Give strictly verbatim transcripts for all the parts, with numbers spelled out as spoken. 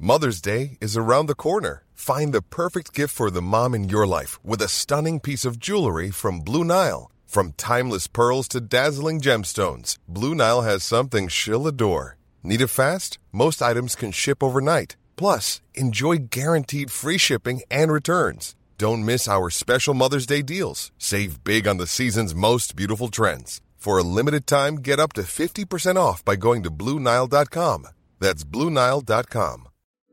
Mother's Day is around the corner. Find the perfect gift for the mom in your life with a stunning piece of jewelry from Blue Nile. From timeless pearls to dazzling gemstones, Blue Nile has something she'll adore. Need it fast? Most items can ship overnight. Plus, enjoy guaranteed free shipping and returns. Don't miss our special Mother's Day deals. Save big on the season's most beautiful trends. For a limited time, get up to fifty percent off by going to Blue Nile dot com. That's Blue Nile dot com.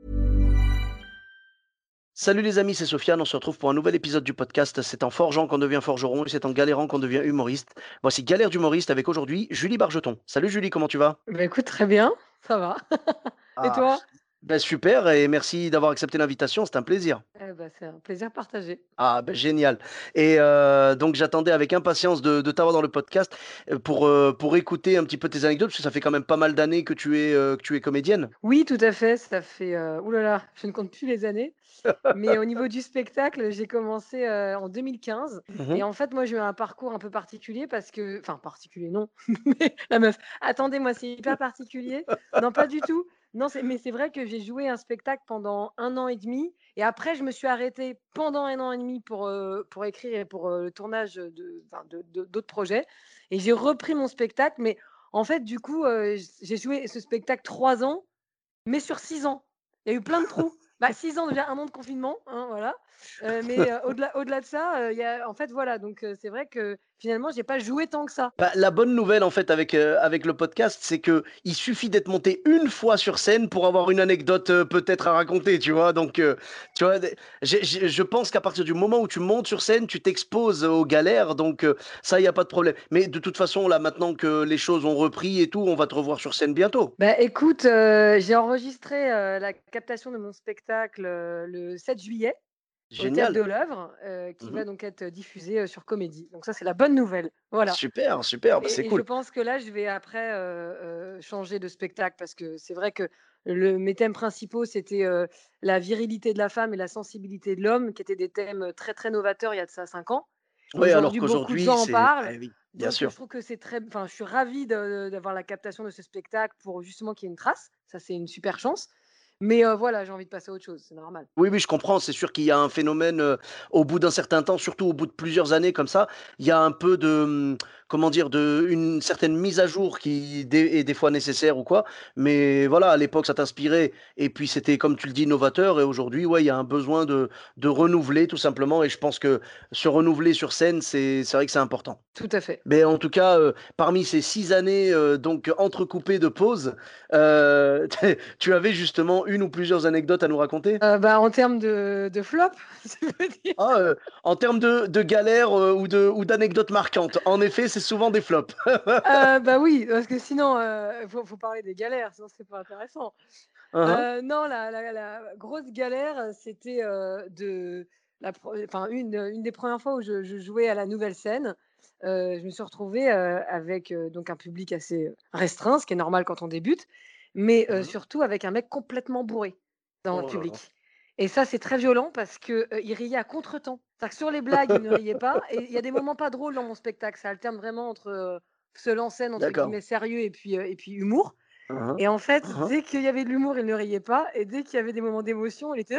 Salut les amis, c'est Sofiane, on se retrouve pour un nouvel épisode du podcast. C'est en forgeant qu'on devient forgeron et c'est en galérant qu'on devient humoriste. Voici Galère d'humoriste avec aujourd'hui Julie Bargeton. Salut Julie, comment tu vas? Bah écoute, très bien, ça va. Et Ah, toi? ben super et merci d'avoir accepté l'invitation, c'est un plaisir. Eh ben, c'est un plaisir partagé. Ah ben génial. Et euh, donc j'attendais avec impatience de, de t'avoir dans le podcast euh, pour, euh, pour écouter un petit peu tes anecdotes, parce que ça fait quand même pas mal d'années que tu es, euh, que tu es comédienne. Oui, tout à fait, ça fait... Euh, ouh là là, je ne compte plus les années. Mais au niveau du spectacle, j'ai commencé euh, en deux mille quinze. Mhm. Et en fait, moi, j'ai eu un parcours un peu particulier parce que... Enfin, particulier, non. Mais la meuf, attendez, moi, c'est hyper particulier. Non, pas du tout. Non, c'est... mais c'est vrai que j'ai joué un spectacle pendant un an et demi. Et après, je me suis arrêtée pendant un an et demi pour, euh, pour écrire et pour euh, le tournage de, enfin, de- de- d'autres projets. Et j'ai repris mon spectacle. Mais en fait, du coup, euh, j'ai joué ce spectacle trois ans, mais sur six ans. Il y a eu plein de trous. Bah, six ans, déjà un an de confinement, hein, voilà. Euh, mais euh, au-delà, au-delà de ça, euh, il y a, en fait, voilà. Donc, euh, c'est vrai que finalement, j'ai pas joué tant que ça. Bah, la bonne nouvelle en fait avec, euh, avec le podcast, c'est que il suffit d'être monté une fois sur scène pour avoir une anecdote euh, peut-être à raconter, tu vois. Donc, euh, tu vois, j'ai- j'ai- je pense qu'à partir du moment où tu montes sur scène, tu t'exposes aux galères, donc euh, ça, il n'y a pas de problème. Mais de toute façon, là, maintenant que les choses ont repris et tout, on va te revoir sur scène bientôt. Bah, écoute, euh, j'ai enregistré euh, la captation de mon spectacle euh, le sept juillet au Théâtre Génial. de l'Œuvre, euh, qui Mhm. va donc être diffusé euh, sur Comédie. Donc ça, c'est la bonne nouvelle. Voilà. Super, super, bah, c'est Et, et je cool. pense que là, je vais après euh, euh, changer de spectacle parce que c'est vrai que le, mes thèmes principaux, c'était euh, la virilité de la femme et la sensibilité de l'homme, qui étaient des thèmes très, très novateurs il y a de ça cinq ans. Oui, alors Aujourd'hui, beaucoup de qu'aujourd'hui, gens en c'est... Ah parlent. oui, bien Donc, euh, sûr. je trouve que c'est très... Enfin, je suis ravie de- d'avoir la captation de ce spectacle pour justement qu'il y ait une trace. Ça, c'est une super chance. Mais euh, voilà, j'ai envie de passer à autre chose. C'est normal. Oui, oui, je comprends. C'est sûr qu'il y a un phénomène, heu, au bout d'un certain temps, surtout au bout de plusieurs années comme ça, il y a un peu de, mmh, comment dire? De une certaine mise à jour qui des est des fois nécessaire ou quoi. Mais voilà, à l'époque, ça t'inspirait et puis c'était, comme tu le dis, novateur et aujourd'hui, ouais, il y a un besoin de de renouveler tout simplement et je pense que se renouveler sur scène, c'est c'est vrai que c'est important. Tout à fait. Mais en tout cas, heu, parmi ces six années, heu, donc entrecoupées de pauses, heu, tu avais justement une ou plusieurs anecdotes à nous raconter? Euh, bah, en termes de, de flop, ça veut dire. Ah, heu, en termes de de galères, heu, ou de ou d'anecdotes marquantes, en effet, c'est souvent des flops. Euh, bah oui, parce que sinon, il faut, faut parler des galères, sinon c'est pas intéressant. Hein, hein. Euh, non, la, la- la grosse galère, euh, c'était euh, de la, pro- enfin, une, une des premières fois où je, je jouais à la nouvelle scène. Euh, je me suis retrouvée euh, avec euh, donc un public assez restreint, ce qui est normal quand on débute, mais euh, Mmh. surtout avec un mec complètement bourré dans le Oh là là. public. Et ça, c'est très violent parce que euh, il riait à contre-temps. C'est-à-dire que sur les blagues, il ne riait pas. Et il y a des moments pas drôles dans mon spectacle. Ça alterne vraiment entre euh, seul en scène, entre D'accord. guillemets, sérieux et puis, euh, et puis humour. Hein, hein. Et en fait, Hein, hein. dès qu'il y avait de l'humour, il ne riait pas et dès qu'il y avait des moments d'émotion, il était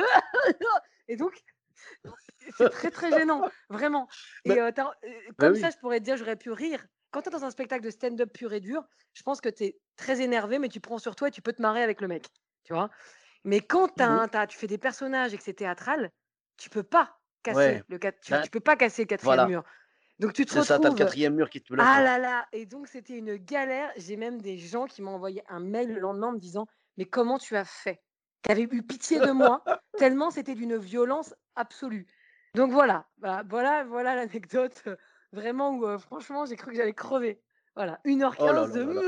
et donc c'est très, très gênant, vraiment. Bah Et heu, tu heu, bah, comme ça, oui. je pourrais te dire, j'aurais pu rire. Quand tu es dans un spectacle de stand-up pur et dur, je pense que tu es très énervé, mais tu prends sur toi et tu peux te marrer avec le mec, tu vois? Mais quand tu Mmh. as tu fais des personnages et que c'est théâtral, tu peux pas Ouais. casser le quat tu Bah, tu peux pas casser le quatrième voilà, mur. Donc tu te c'est ça, tu as le retrouves quatrième mur qui te bloque, ah ouais. là là! Et donc c'était une galère. J'ai même des gens qui m'ont envoyé un mail le lendemain en me disant: «Mais comment tu as fait? Tu avais eu pitié de moi, tellement c'était d'une violence absolue». Donc voilà, bah, voilà voilà l'anecdote, heu, vraiment où, heu, franchement j'ai cru que j'allais crever. Voilà, une heure Oh là quinze là de là là.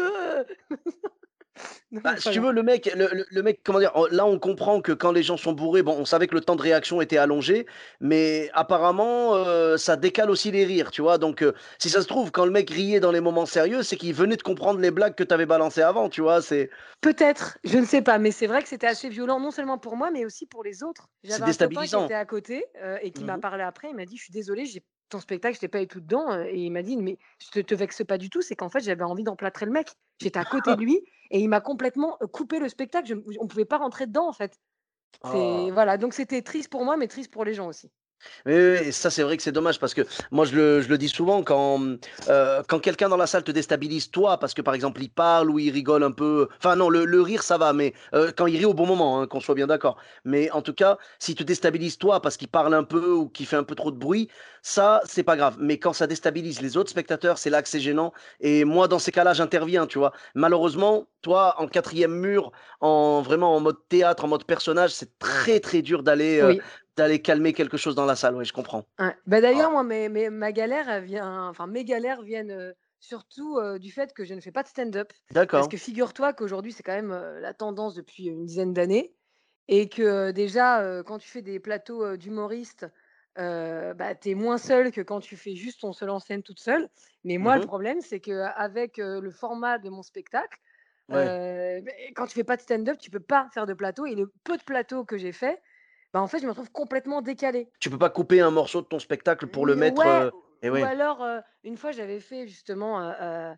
Bah, donc si tu voilà. veux, le mec le le le mec, comment dire? On là, on comprend que quand les gens sont bourrés, bon, on savait que le temps de réaction était allongé, mais apparemment, heu, ça décale aussi les rires, tu vois? Donc, heu, si ça se trouve, quand le mec riait dans les moments sérieux, c'est qu'il venait de comprendre les blagues que tu avais balancées avant, tu vois? C'est Peut-être, je ne sais pas, mais c'est vrai que c'était assez violent, non seulement pour moi, mais aussi pour les autres. c'est J'avais un copain qui était déstabilisant. à côté, heu, et qui m'a Mmh. parlé après. Il m'a dit: «Je suis désolé, j'ai ton spectacle, je j'étais pas du tout dedans», heu, et il m'a dit: «Mais je te te vexe pas du tout, c'est qu'en fait, j'avais envie d'emplâtrer le mec». J'étais à côté de lui et il m'a complètement, heu, coupé le spectacle. Je on pouvait pas rentrer dedans, en fait. C'est Oh! voilà, donc c'était triste pour moi, mais triste pour les gens aussi. Oui, oui, oui, et ça, c'est vrai que c'est dommage parce que moi, je le je le dis souvent quand, mmh, quand quelqu'un dans la salle te déstabilise, toi, parce que, par exemple, il parle ou il rigole un peu, enfin non, le le rire, ça va, mais heu, quand il rit au bon moment, hein, qu'on soit bien d'accord. Mais en tout cas, s'il te déstabilise, toi, parce qu'il parle un peu ou qu'il fait un peu trop de bruit, ça, c'est pas grave. Mais quand ça déstabilise les autres spectateurs, c'est là que c'est gênant et moi, dans ces cas-là, j'interviens, tu vois? Malheureusement, toi, en quatrième mur, en vraiment en mode théâtre, en mode personnage, c'est très, très dur d'aller, heu, Oui. d'aller calmer quelque chose dans la salle, oui, je comprends. Ouais. Bah, Ah, d'ailleurs, moi, mes mes ma galère, elle vient enfin, mes galères viennent, heu, surtout, heu, du fait que je ne fais pas de stand-up. Parce d'accord. que figure-toi qu'aujourd'hui, c'est quand même, heu, la tendance depuis une dizaine d'années et que, heu, déjà, heu, quand tu fais des plateaux, heu, d'humoristes, heu, bah, tu es moins seule que quand tu fais juste ton seul en scène toute seule. Mais moi, Mmh le mh. problème, c'est qu'avec, heu, le format de mon spectacle, Ouais. heu, beh, quand tu fais pas de stand-up, tu peux pas faire de plateau et le peu de plateaux que j'ai fait, bah, en fait, je me retrouve complètement décalée. Tu peux pas couper un morceau de ton spectacle pour le Mmh, mettre, ouais, heu et ou ouais. alors, heu, une fois j'avais fait justement, heu heu,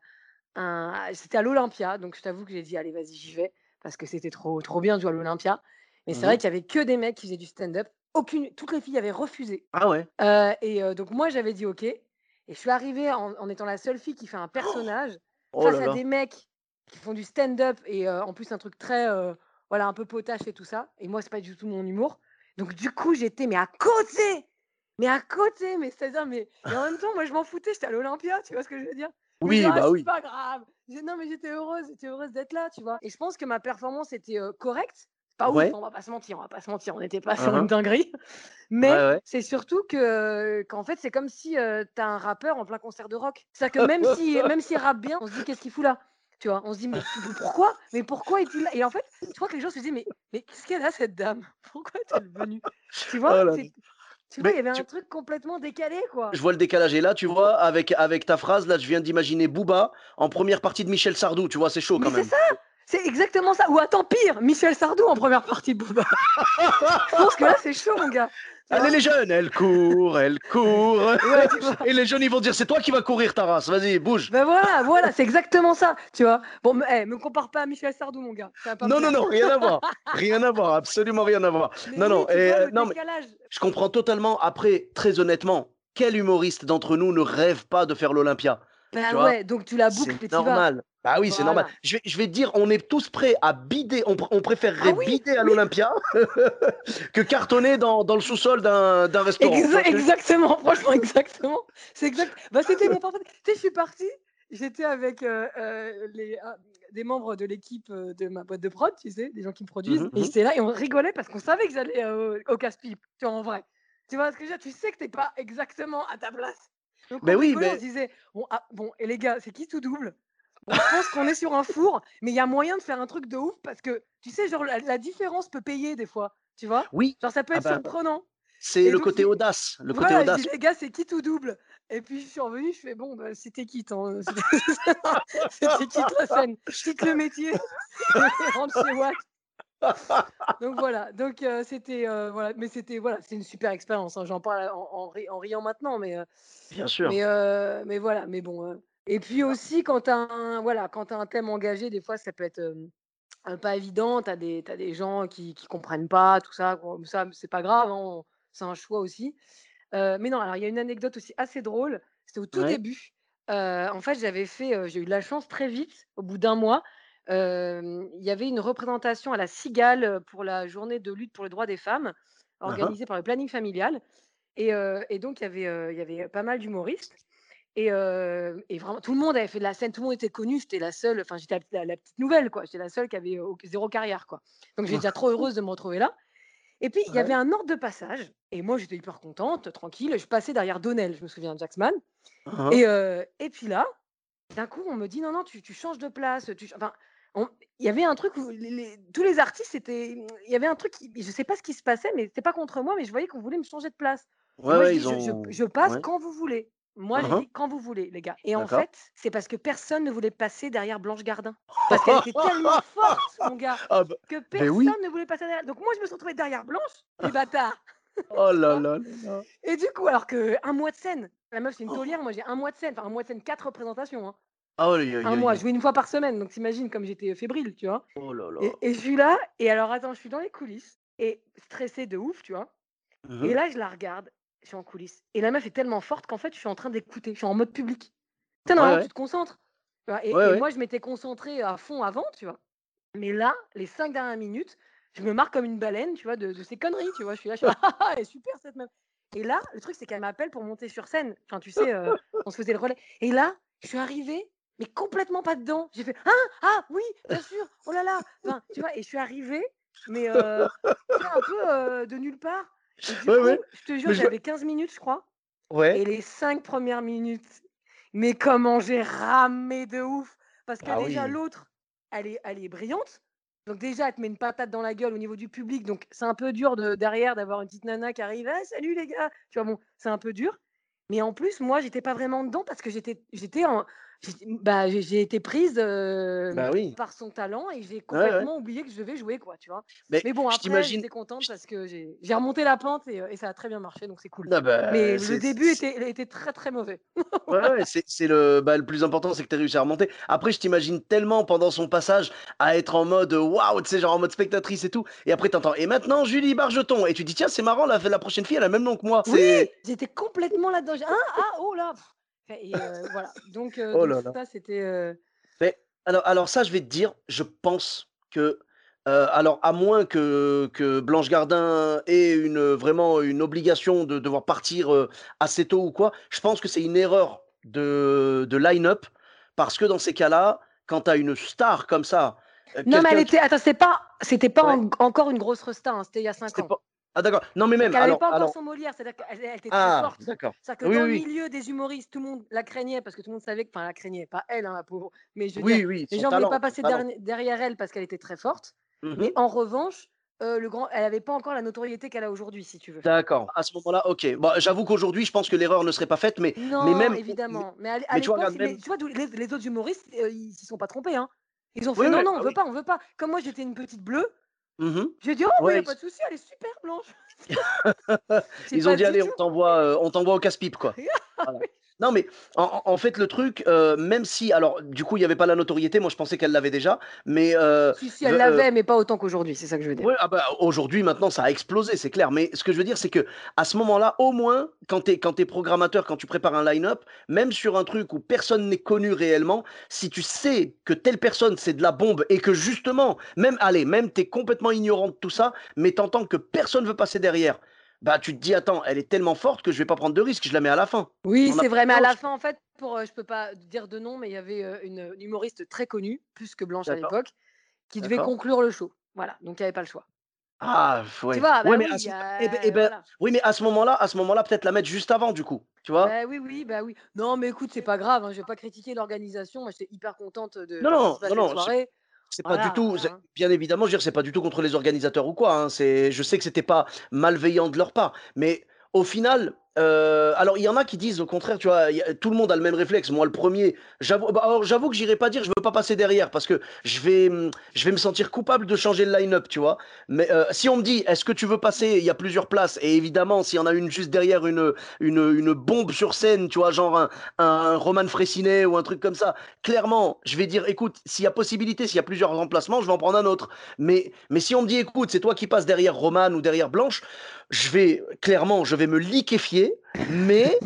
un c'était à l'Olympia, donc je t'avoue que j'ai dit: «Allez vas-y, j'y vais», parce que c'était trop trop bien de jouer à l'Olympia. Mais c'est Mmh vrai mh. qu'il y avait que des mecs qui faisaient du stand-up. Aucune toutes les filles avaient refusé. Ah ouais? Heu et heu, donc moi j'avais dit: «OK» et je suis arrivée en en étant la seule fille qui fait un personnage Oh face là à là. des mecs qui font du stand-up et heu, en plus un truc très, heu, voilà, un peu potache et tout ça et moi c'est pas du tout mon humour. Donc du coup j'étais mais à côté! Mais à côté! Mais c'est-à-dire mais et en même temps moi je m'en foutais, j'étais à l'Olympia, tu vois ce que je veux dire? Je me dis: Oui, «Ah bah c'est oui. pas grave». J'ai non mais j'étais heureuse, j'étais heureuse d'être là, tu vois? Et je pense que ma performance était, heu, correcte. Pas ouf, Ouais. on va pas se mentir, on va pas se mentir, on n'était pas Hein sur une hein. dinguerie. Ouais, Mais ouais. c'est surtout que qu'en fait, c'est comme si, heu, tu as un rappeur en plein concert de rock. C'est-à-dire que même si même s'il rappe bien, on se dit: «Qu'est-ce qu'il fout là?» Tu vois? On se dit: «Mais p pourquoi? Mais pourquoi est-il là?» Et en fait, je crois que les gens se disaient: «Mais mais qu'est-ce qu'elle a cette dame? Pourquoi est-elle venue?» Tu vois? Oh là là. C'est tu vois, il y Mais avait un tu truc complètement décalé, quoi. je vois le décalage et là, tu vois, avec avec ta phrase, là, je viens d'imaginer Booba en première partie de Michel Sardou, tu vois? C'est chaud Mais quand c'est même. ça! C'est exactement ça. Ou attends, pire, Michel Sardou en première partie de Booba. Je pense que là, c'est chaud, mon gars, tu Allez vois? les jeunes, elle court, elle court Ouais, tu vois? et les jeunes, ils vont dire: «C'est toi qui vas courir ta race, vas-y, bouge». Ben voilà, voilà, c'est exactement ça, tu vois? Bon, me eh, me compare pas à Michel Sardou, mon gars, ça va pas me Non, non, plaire. non, rien à voir. Rien à voir, absolument rien à voir. Mais Non, oui, non tu et vois heu, le non, mais décalage? je comprends totalement. Après, très honnêtement, quel humoriste d'entre nous ne rêve pas de faire l'Olympia? Tu Ben vois? ouais, donc tu la C'est boucles et tu vas. normal. Bah oui, c'est normal. Voilà. Je vais je vais te dire, on est tous prêts à bider, on pr on Ah préférerait oui, bider à oui, l'Olympia que cartonner dans dans le sous-sol d'un d'un restaurant. Tu exa vois ce que je exactement, franchement, exactement. C'est exact. Bah, c'était mon parfait. Tu sais, je suis partie, j'étais avec, heu heu, les ah, des membres de l'équipe, heu, de ma boîte de prod, tu sais, des gens qui me mmh produisent mh, et mmh. j'étais là et on rigolait parce qu'on savait que j'allais, heu, au au casse-pipe, tu vois, en vrai. Tu vois ce que je veux dire? Tu sais que tu es pas exactement à ta place. Donc on Beh oui, rigolait, on se beh disait: «Bon, ah, bon et les gars, c'est qui tout double? Bon, je pense qu'on est sur un four, mais il y a moyen de faire un truc de ouf parce que, tu sais, genre la la différence peut payer des fois, tu vois? oui, Genre ça peut ah être bah, surprenant». c'est Et le donc je côté dis audace, le côté voilà, je dis: audace. «Les gars, c'est qui tout double?» Et puis je suis revenue, je fais: «Bon, bah, c'était quitte, hein, c'était c'était quitte la scène, quitte le métier et rentre chez Watt». Donc voilà, donc heu, c'était, heu, voilà, mais c'était voilà, c'est une super expérience, hein, j'en parle en en ri en riant maintenant, mais heu, Bien sûr. mais heu, mais voilà, mais bon, heu et puis aussi quand tu as un voilà, quand tu as un thème engagé, des fois ça peut être, hem, heu, pas évident, tu as des tu des gens qui qui comprennent pas, tout ça, bon, ça, c'est pas grave, hein, c'est un choix aussi. Heu, mais non, alors il y a une anecdote aussi assez drôle, c'était au tout Ouais. début. Heu, en fait, j'avais fait, heu, j'ai eu de la chance très vite, au bout d'un mois, hem, il y avait une représentation à la Cigale, heu, pour la journée de lutte pour les droits des femmes, Hein hein. organisée par le planning familial et heu et donc il y avait, heu, il y avait pas mal d'humoristes et heu et vraiment tout le monde avait fait de la scène, tout le monde était connu, j'étais la seule, enfin j'étais la la petite nouvelle quoi, j'étais la seule qui avait, heu, zéro carrière quoi. Donc j'étais déjà trop heureuse de me retrouver là et puis, il y avait Ouais. un ordre de passage et moi, j'étais hyper contente, tranquille. Je passais derrière Donnel, je me souviens, Jacksman Hein hein. et heu et puis là, d'un coup, on me dit: «Non, non, tu tu changes de place, tu ch» enfin, on il y avait un truc où les les tous les artistes étaient il y avait un truc qui je sais pas ce qui se passait, mais c'était pas contre moi, mais je voyais qu'on voulait me changer de place et Ouais, moi, je ouais, dis: ils «Je je ont je passe ouais. quand vous voulez». Moi, Hein j'ai hein. dit: «Quand vous voulez, les gars» et en D'accord. fait, c'est parce que personne ne voulait passer derrière Blanche Gardin. Parce qu'elle était tellement forte, mon gars, Ah bah, que beh oui. personne ne voulait passer derrière. Donc moi, je me suis retrouvée derrière Blanche, les bâtards. Oh Tu là vois? là là là. Et du coup, alors que un mois de scène, la meuf c'est une taulière, moi j'ai un mois de scène, enfin un mois de scène, quatre représentations, hein. Aïe aïe un aïe mois, je aïe. jouais une fois par semaine, donc tu imagines comme j'étais, fébrile, tu vois? Oh là là. Et et je suis là et alors attends, je suis dans les coulisses et stressée de ouf, tu vois? Mmh Et mh. là, je la regarde, je suis en coulisses et la meuf est tellement forte qu'en fait, je suis en train d'écouter, je suis en mode public. Tu sais, Ouais, normalement, ouais. tu te concentres, tu vois? Et Ouais, et ouais. moi, je m'étais concentrée à fond avant, tu vois? Mais là, les cinq dernières minutes, je me marre comme une baleine, tu vois, de de ces conneries, tu vois? Je suis là, je suis: «Ah ah ah, elle est super cette meuf» et là, le truc, c'est qu'elle m'appelle pour monter sur scène. Enfin, tu sais, heu, on se faisait le relais et là, je suis arrivée, mais complètement pas dedans. J'ai fait: «Ah! Ah oui, bien sûr, oh là là!» enfin, tu vois? Et je suis arrivée, mais heu, tu sais, un peu, heu, de nulle part et du Ouais, coup, ouais. je te jure, Mais je vois j'avais quinze minutes, je crois ouais. et les cinq premières minutes, mais comment j'ai ramé de ouf! Parce que Ah déjà oui. l'autre, elle est elle est brillante. Donc déjà, elle te met une patate dans la gueule au niveau du public, donc c'est un peu dur de derrière d'avoir une petite nana qui arrive: «Ah salut les gars!» tu vois? Bon, c'est un peu dur. Mais en plus, moi, j'étais pas vraiment dedans parce que j'étais j'étais en j'étais bah, j'ai j'ai été prise, hem, Bah oui. par son talent et j'ai Ouais, ouais. complètement oublié que je devais jouer, quoi, tu vois? Mais Mais bon, je après, t'imagine j'étais contente je parce que j'ai j'ai remonté la pente et heu et ça a très bien marché, donc c'est cool. non, Mais bah, le c'est début c'est était était très, très mauvais. ouais, Voilà. ouais, c'est c'est le bah, le plus important, c'est que tu aies réussi à remonter. Après, je t'imagine tellement pendant son passage à être en mode, heu, waouh, tu sais, genre en mode spectatrice et tout et après tu entends: «Et maintenant Julie Bargeton» et tu dis: «Tiens, c'est marrant, la la prochaine fille, elle a le même nom que moi». Oui! C'est J'étais complètement là-dedans. J'ai: «Hein? Ah! Oh là!» et heu, voilà. Donc heu, oh donc là là. ça, c'était, heu Mais alors alors ça, je vais te dire, je pense que, heu, alors à moins que que Blanche Gardin ait une, heu, vraiment une obligation de devoir partir, heu, assez tôt ou quoi, je pense que c'est une erreur de de line-up parce que dans ces cas-là, quand tu as une star comme ça, heu, non, mais elle quelqu'un qui était attends, c'était pas c'était pas ouais, en encore une grosse resta, hein, c'était il y a cinq c'était ans. pas ah d'accord, non mais Donc même elle avait alors pas encore alors son Molière, c'est-à-dire qu'elle elle était très ah forte. d'accord. C'est-à-dire que Oui, dans oui, le oui. milieu des humoristes, tout le monde la craignait parce que tout le monde savait que enfin la craignait, pas elle, hein, la pauvre, mais je veux dire, Oui, oui, les son gens voulaient talent, pas son passer talent. derni derrière elle parce qu'elle était très forte. Mmh Mais mh. en revanche, heu, le grand elle avait pas encore la notoriété qu'elle a aujourd'hui, si tu veux. D'accord, à ce moment-là, OK. Bah, j'avoue qu'aujourd'hui, je pense que l'erreur ne serait pas faite, mais mais Non, même mais évidemment, mais à l'é à mais tu vois, l'époque, regarde c'est mais même tu vois, d'où les les autres humoristes, heu, ils s'y sont pas trompés, hein. Ils ont oui, fait: oui, «Non, non, on bah, veut oui. pas, on veut pas». Comme moi, j'étais une petite bleue, Mmh mh. j'ai dit: «Oh, bah, il y Ouais, a ils pas de souci, elle est super blanche». J'ai ils ont pas dit: du «Allez, on tout t'envoie, heu, on t'envoie au casse-pipe, quoi». ah Voilà. oui. Non, mais en en en fait, le truc, heu, même si alors, du coup, il y avait pas la notoriété, moi, je pensais qu'elle l'avait déjà, mais heu, Si, si, ve elle heu l'avait, mais pas autant qu'aujourd'hui, c'est ça que je veux dire. ouais, ah bah, aujourd'hui, maintenant, ça a explosé, c'est clair. Mais ce que je veux dire, c'est que à ce moment-là, au moins, quand tu es quand tu es programmateur, quand tu prépares un line-up, même sur un truc où personne n'est connu réellement, si tu sais que telle personne, c'est de la bombe et que justement, même allez, même tu es complètement ignorant de tout ça, mais tu entends que personne veut passer derrière, bah, tu te dis: «Attends, elle est tellement forte que je vais pas prendre de risque, je la mets à la fin». Oui, On a c'est pas vrai, mais à la d'autre. fin, en fait, pour, heu, je peux pas dire de nom, mais il y avait, heu, une, une humoriste très connue, plus que Blanche à D'accord, l'époque, qui devait d'accord. conclure le show. Voilà, donc il y avait pas le choix. Ah f Tu ouais. vois? Ouais, Bah mais à oui, il ce y eh beh a eh ben, voilà. oui, mais à ce moment-là à ce moment-là, peut-être la mettre juste avant, du coup, tu vois? Bah oui, oui, bah oui. Non, mais écoute, c'est pas grave, hein, je vais pas critiquer l'organisation. Moi, j'étais hyper contente de Non, non, participer à non, cette non, c'est soirée. c'est pas du Voilà, tout c'est hein. bien évidemment, je veux dire, c'est pas du tout contre les organisateurs ou quoi, hein. C'est je sais que c'était pas malveillant de leur part, mais au final, heu, alors il y en a qui disent au contraire, tu vois, il y a tout le monde a le même réflexe. Moi, le premier, j'avoue bah, alors j'avoue que j'irai pas dire: «Je veux pas passer derrière» parce que je vais, mmh, je vais me sentir coupable de changer le line-up, tu vois? Mais, heu, si on me dit: «Est-ce que tu veux passer?» Il y a plusieurs places et évidemment, s'il y en a une juste derrière une, une, une bombe sur scène, tu vois, genre un un Roman Frécinet ou un truc comme ça, clairement, je vais dire: «Écoute, s'il y a possibilité, s'il y a plusieurs remplacements, je vais en prendre un autre». Mais mais si on me dit: «Écoute, c'est toi qui passes derrière Roman ou derrière Blanche», je vais clairement, je vais me liquéfier, mais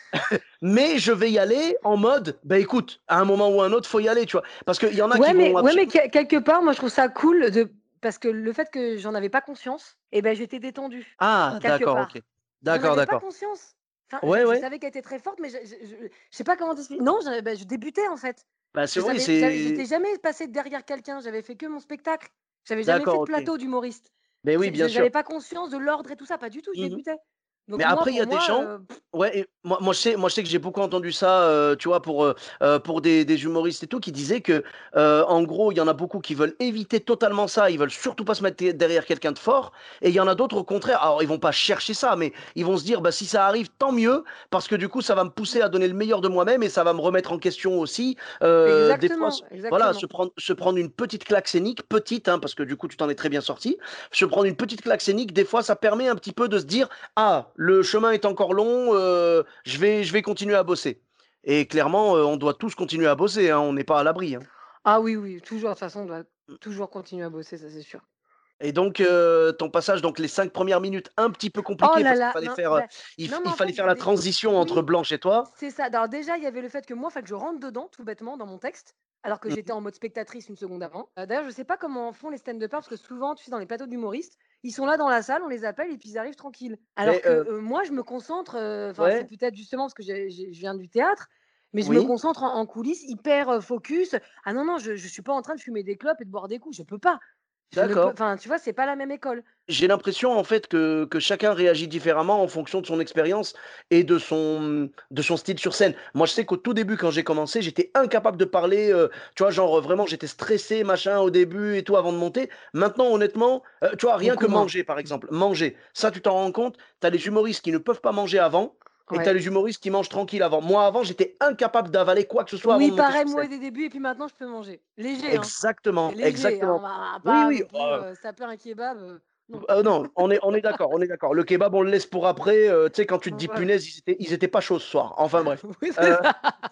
mais je vais y aller en mode: «Bah, écoute, à un moment ou à un autre, faut y aller», tu vois? Parce qu'il y en a Ouais, qui mais vont ouais, mais absolument quel quelque part, moi, je trouve ça cool de parce que le fait que j'en avais pas conscience et ben, j'étais détendue, ah quelque d'accord, OK. part. J'en D'accord, avais pas d'accord. conscience. Enfin, je Ouais, je ouais. savais qu'elle était très forte, mais je je je je sais pas comment t'expliquer. Non, je bah, je débutais, en fait. Bah, c'est Je oui, savais j'avais j'étais c'est jamais passée derrière quelqu'un, j'avais fait que mon spectacle. J'avais jamais fait d'accord, de OK. plateau d'humoriste. Beh, oui, C'est bien je sûr. J'avais pas conscience de l'ordre et tout ça, pas du tout, je Mmh mh. débutais. Mais Donc moi, après, il y pour a des moi, gens heu, ouais et moi moi je sais moi je sais que j'ai beaucoup entendu ça, heu, tu vois, pour, heu heu, pour des des humoristes et tout, qui disaient que, heu, en gros, il y en a beaucoup qui veulent éviter totalement ça. Ils veulent surtout pas se mettre té derrière quelqu'un de fort et il y en a d'autres, au contraire, alors ils vont pas chercher ça, mais ils vont se dire: «Bah, si ça arrive, tant mieux, parce que du coup, ça va me pousser à donner le meilleur de moi-même et ça va me remettre en question aussi». Heu, des fois, exactement, se voilà, se exactement. prendre se prendre une petite claque scénique, petite, hein, parce que du coup, tu t'en es très bien sorti. Se prendre une petite claque scénique, des fois, ça permet un petit peu de se dire: «Ah, le chemin est encore long, heu, je vais je vais continuer à bosser» et clairement, heu, on doit tous continuer à bosser, hein, on n'est pas à l'abri, hein. Ah oui, oui, toujours, de toute façon, on doit toujours continuer à bosser, ça, c'est sûr. Et donc, heu, ton passage, donc les cinq premières minutes un petit peu Oh compliquées là parce qu'il là, fallait non, faire, heu, bah, il f non, mais il en fallait fait, faire la dé transition entre oui, Blanche et toi? c'est ça. Alors déjà, il y avait le fait que moi, il fallait que je rentre dedans, tout bêtement, dans mon texte, alors que Mmh j'étais mh. en mode spectatrice une seconde avant. Heu, d'ailleurs, je sais pas comment font les stand-uppers parce que souvent, tu sais, dans les plateaux d'humoristes, ils sont là dans la salle, on les appelle et puis ils arrivent tranquilles. Alors Mais, que, heu heu, moi, je me concentre, heu, enfin, c'est ouais, peut-être justement parce que j'ai j'ai je viens du théâtre, mais je me oui, concentre en en coulisses, hyper, heu, focus. Ah non, non, je je suis pas en train de fumer des clopes et de boire des coups, je peux pas. Je ne peux d'accord. enfin, tu vois, c'est pas la même école. J'ai l'impression en fait que que chacun réagit différemment en fonction de son expérience et de son, mmh, de son style sur scène. Moi, je sais qu'au tout début, quand j'ai commencé, j'étais incapable de parler, heu, tu vois? Genre, heu, vraiment, j'étais stressé, machin, au début et tout, avant de monter. Maintenant, honnêtement, heu, tu vois? Rien que Beaucoup moins. manger, par exemple, manger, ça, tu t'en rends compte? Tu as les humoristes qui ne peuvent pas manger avant et tu as Ouais. les humoristes qui mangent tranquille avant. Moi, avant, j'étais incapable d'avaler quoi que ce soit avant Oui, de monter pareil, sur moi, scène. au début et puis maintenant, je peux manger. Léger, hein, Exactement, léger, hein, on exactement. va Oui, pas oui, non plus, oh, heu, se taper un kebab, heu, non. Heu, non, on est on est d'accord, on est d'accord. Le kebab, on le laisse pour après, heu, tu sais, quand tu te dis: Voilà. «Punaise, ils étaient ils étaient pas chauds ce soir». Enfin bref. Oui, c'est Heu, ça.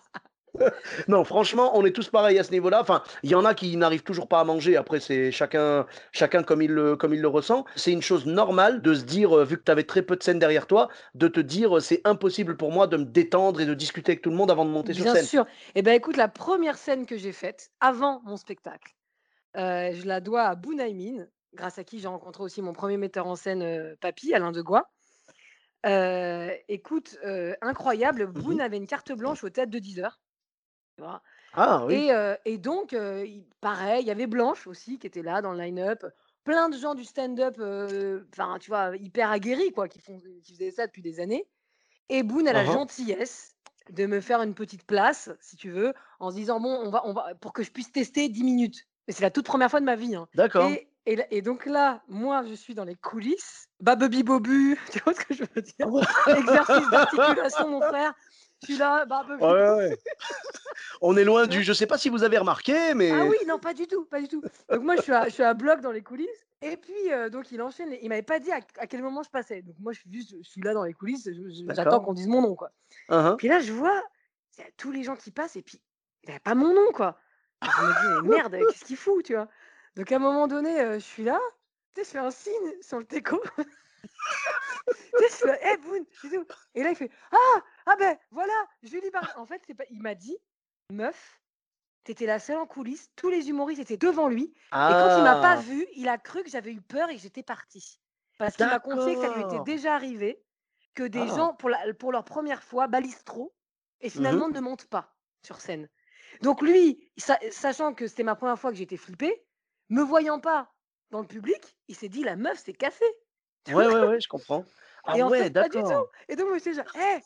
non, franchement, on est tous pareils à ce niveau-là. Enfin, il y en a qui n'arrivent toujours pas à manger. Après, c'est chacun chacun comme il le comme il le ressent. C'est une chose normale de se dire, heu, vu que tu avais très peu de scènes derrière toi, de te dire, heu: «C'est impossible pour moi de me détendre et de discuter avec tout le monde avant de monter sur Bien scène». sûr. Et ben, écoute, la première scène que j'ai faite, avant mon spectacle, heu, je la dois à Bounaïmin, grâce à qui j'ai rencontré aussi mon premier metteur en scène, heu, papy, Alain Degois. Heu, écoute, heu, incroyable, Mmh Boun mh. avait une carte blanche au théâtre de dix heures, tu vois? Ah oui. Et heu et donc heu, il pareil, il y avait Blanche aussi qui était là dans le line-up, plein de gens du stand-up, heu, enfin, tu vois, hyper aguerris quoi, qui font qui faisaient ça depuis des années et Boun a la Hein hein. gentillesse de me faire une petite place, si tu veux, en se disant: «Bon, on va on va» pour que je puisse tester dix minutes et c'est la toute première fois de ma vie, hein D'accord. et et là et donc là, moi, je suis dans les coulisses, babebi bobu, tu vois ce que je veux dire? Exercice d'articulation, mon frère. Je suis là, Ouais, babebi ouais, bobu, ouais. On est loin tu vois? du je sais pas si vous avez remarqué, Ah mais oui, non, pas du tout, pas du tout. Donc moi, je suis à je suis à bloc dans les coulisses et puis, heu, donc il enchaîne les il m'avait pas dit à à quel moment je passais. Donc moi, je suis juste je suis là dans les coulisses, je je j'attends d'accord. qu'on dise mon nom, quoi. Hein hein. Puis là, je vois, il y a tous les gens qui passent et puis il y avait pas mon nom, quoi. Et je me dis: «Mais merde, qu'est-ce qu'il fout?» tu vois? Donc à un moment donné, heu, je suis là, tu sais, je fais un signe sur le téco, tu sais, je fais: «Eh Boun!» et tout et là, il fait: «Ah! Ah ben voilà, Julie Bar» en fait, c'est pas il m'a dit: «Meuf, t'étais la seule en coulisses, tous les humoristes étaient devant lui et quand il m'a pas Ah! vue, il a cru que j'avais eu peur et que j'étais partie. Parce qu'il m'a confié que ça lui était D'accord! déjà arrivé, que des Ah! gens pour la pour leur première fois balisent trop et Mmh mh. finalement ne montent pas sur scène. Donc lui, sa sachant que c'était ma première fois que j'étais flippée, me voyant pas dans le public, il s'est dit: «La meuf s'est cassée». Tu vois? Ouais, ouais, ouais, je comprends. Ah Et en ouais, fait, pas du d'accord. tout et donc moi j'étais genre: «Eh!»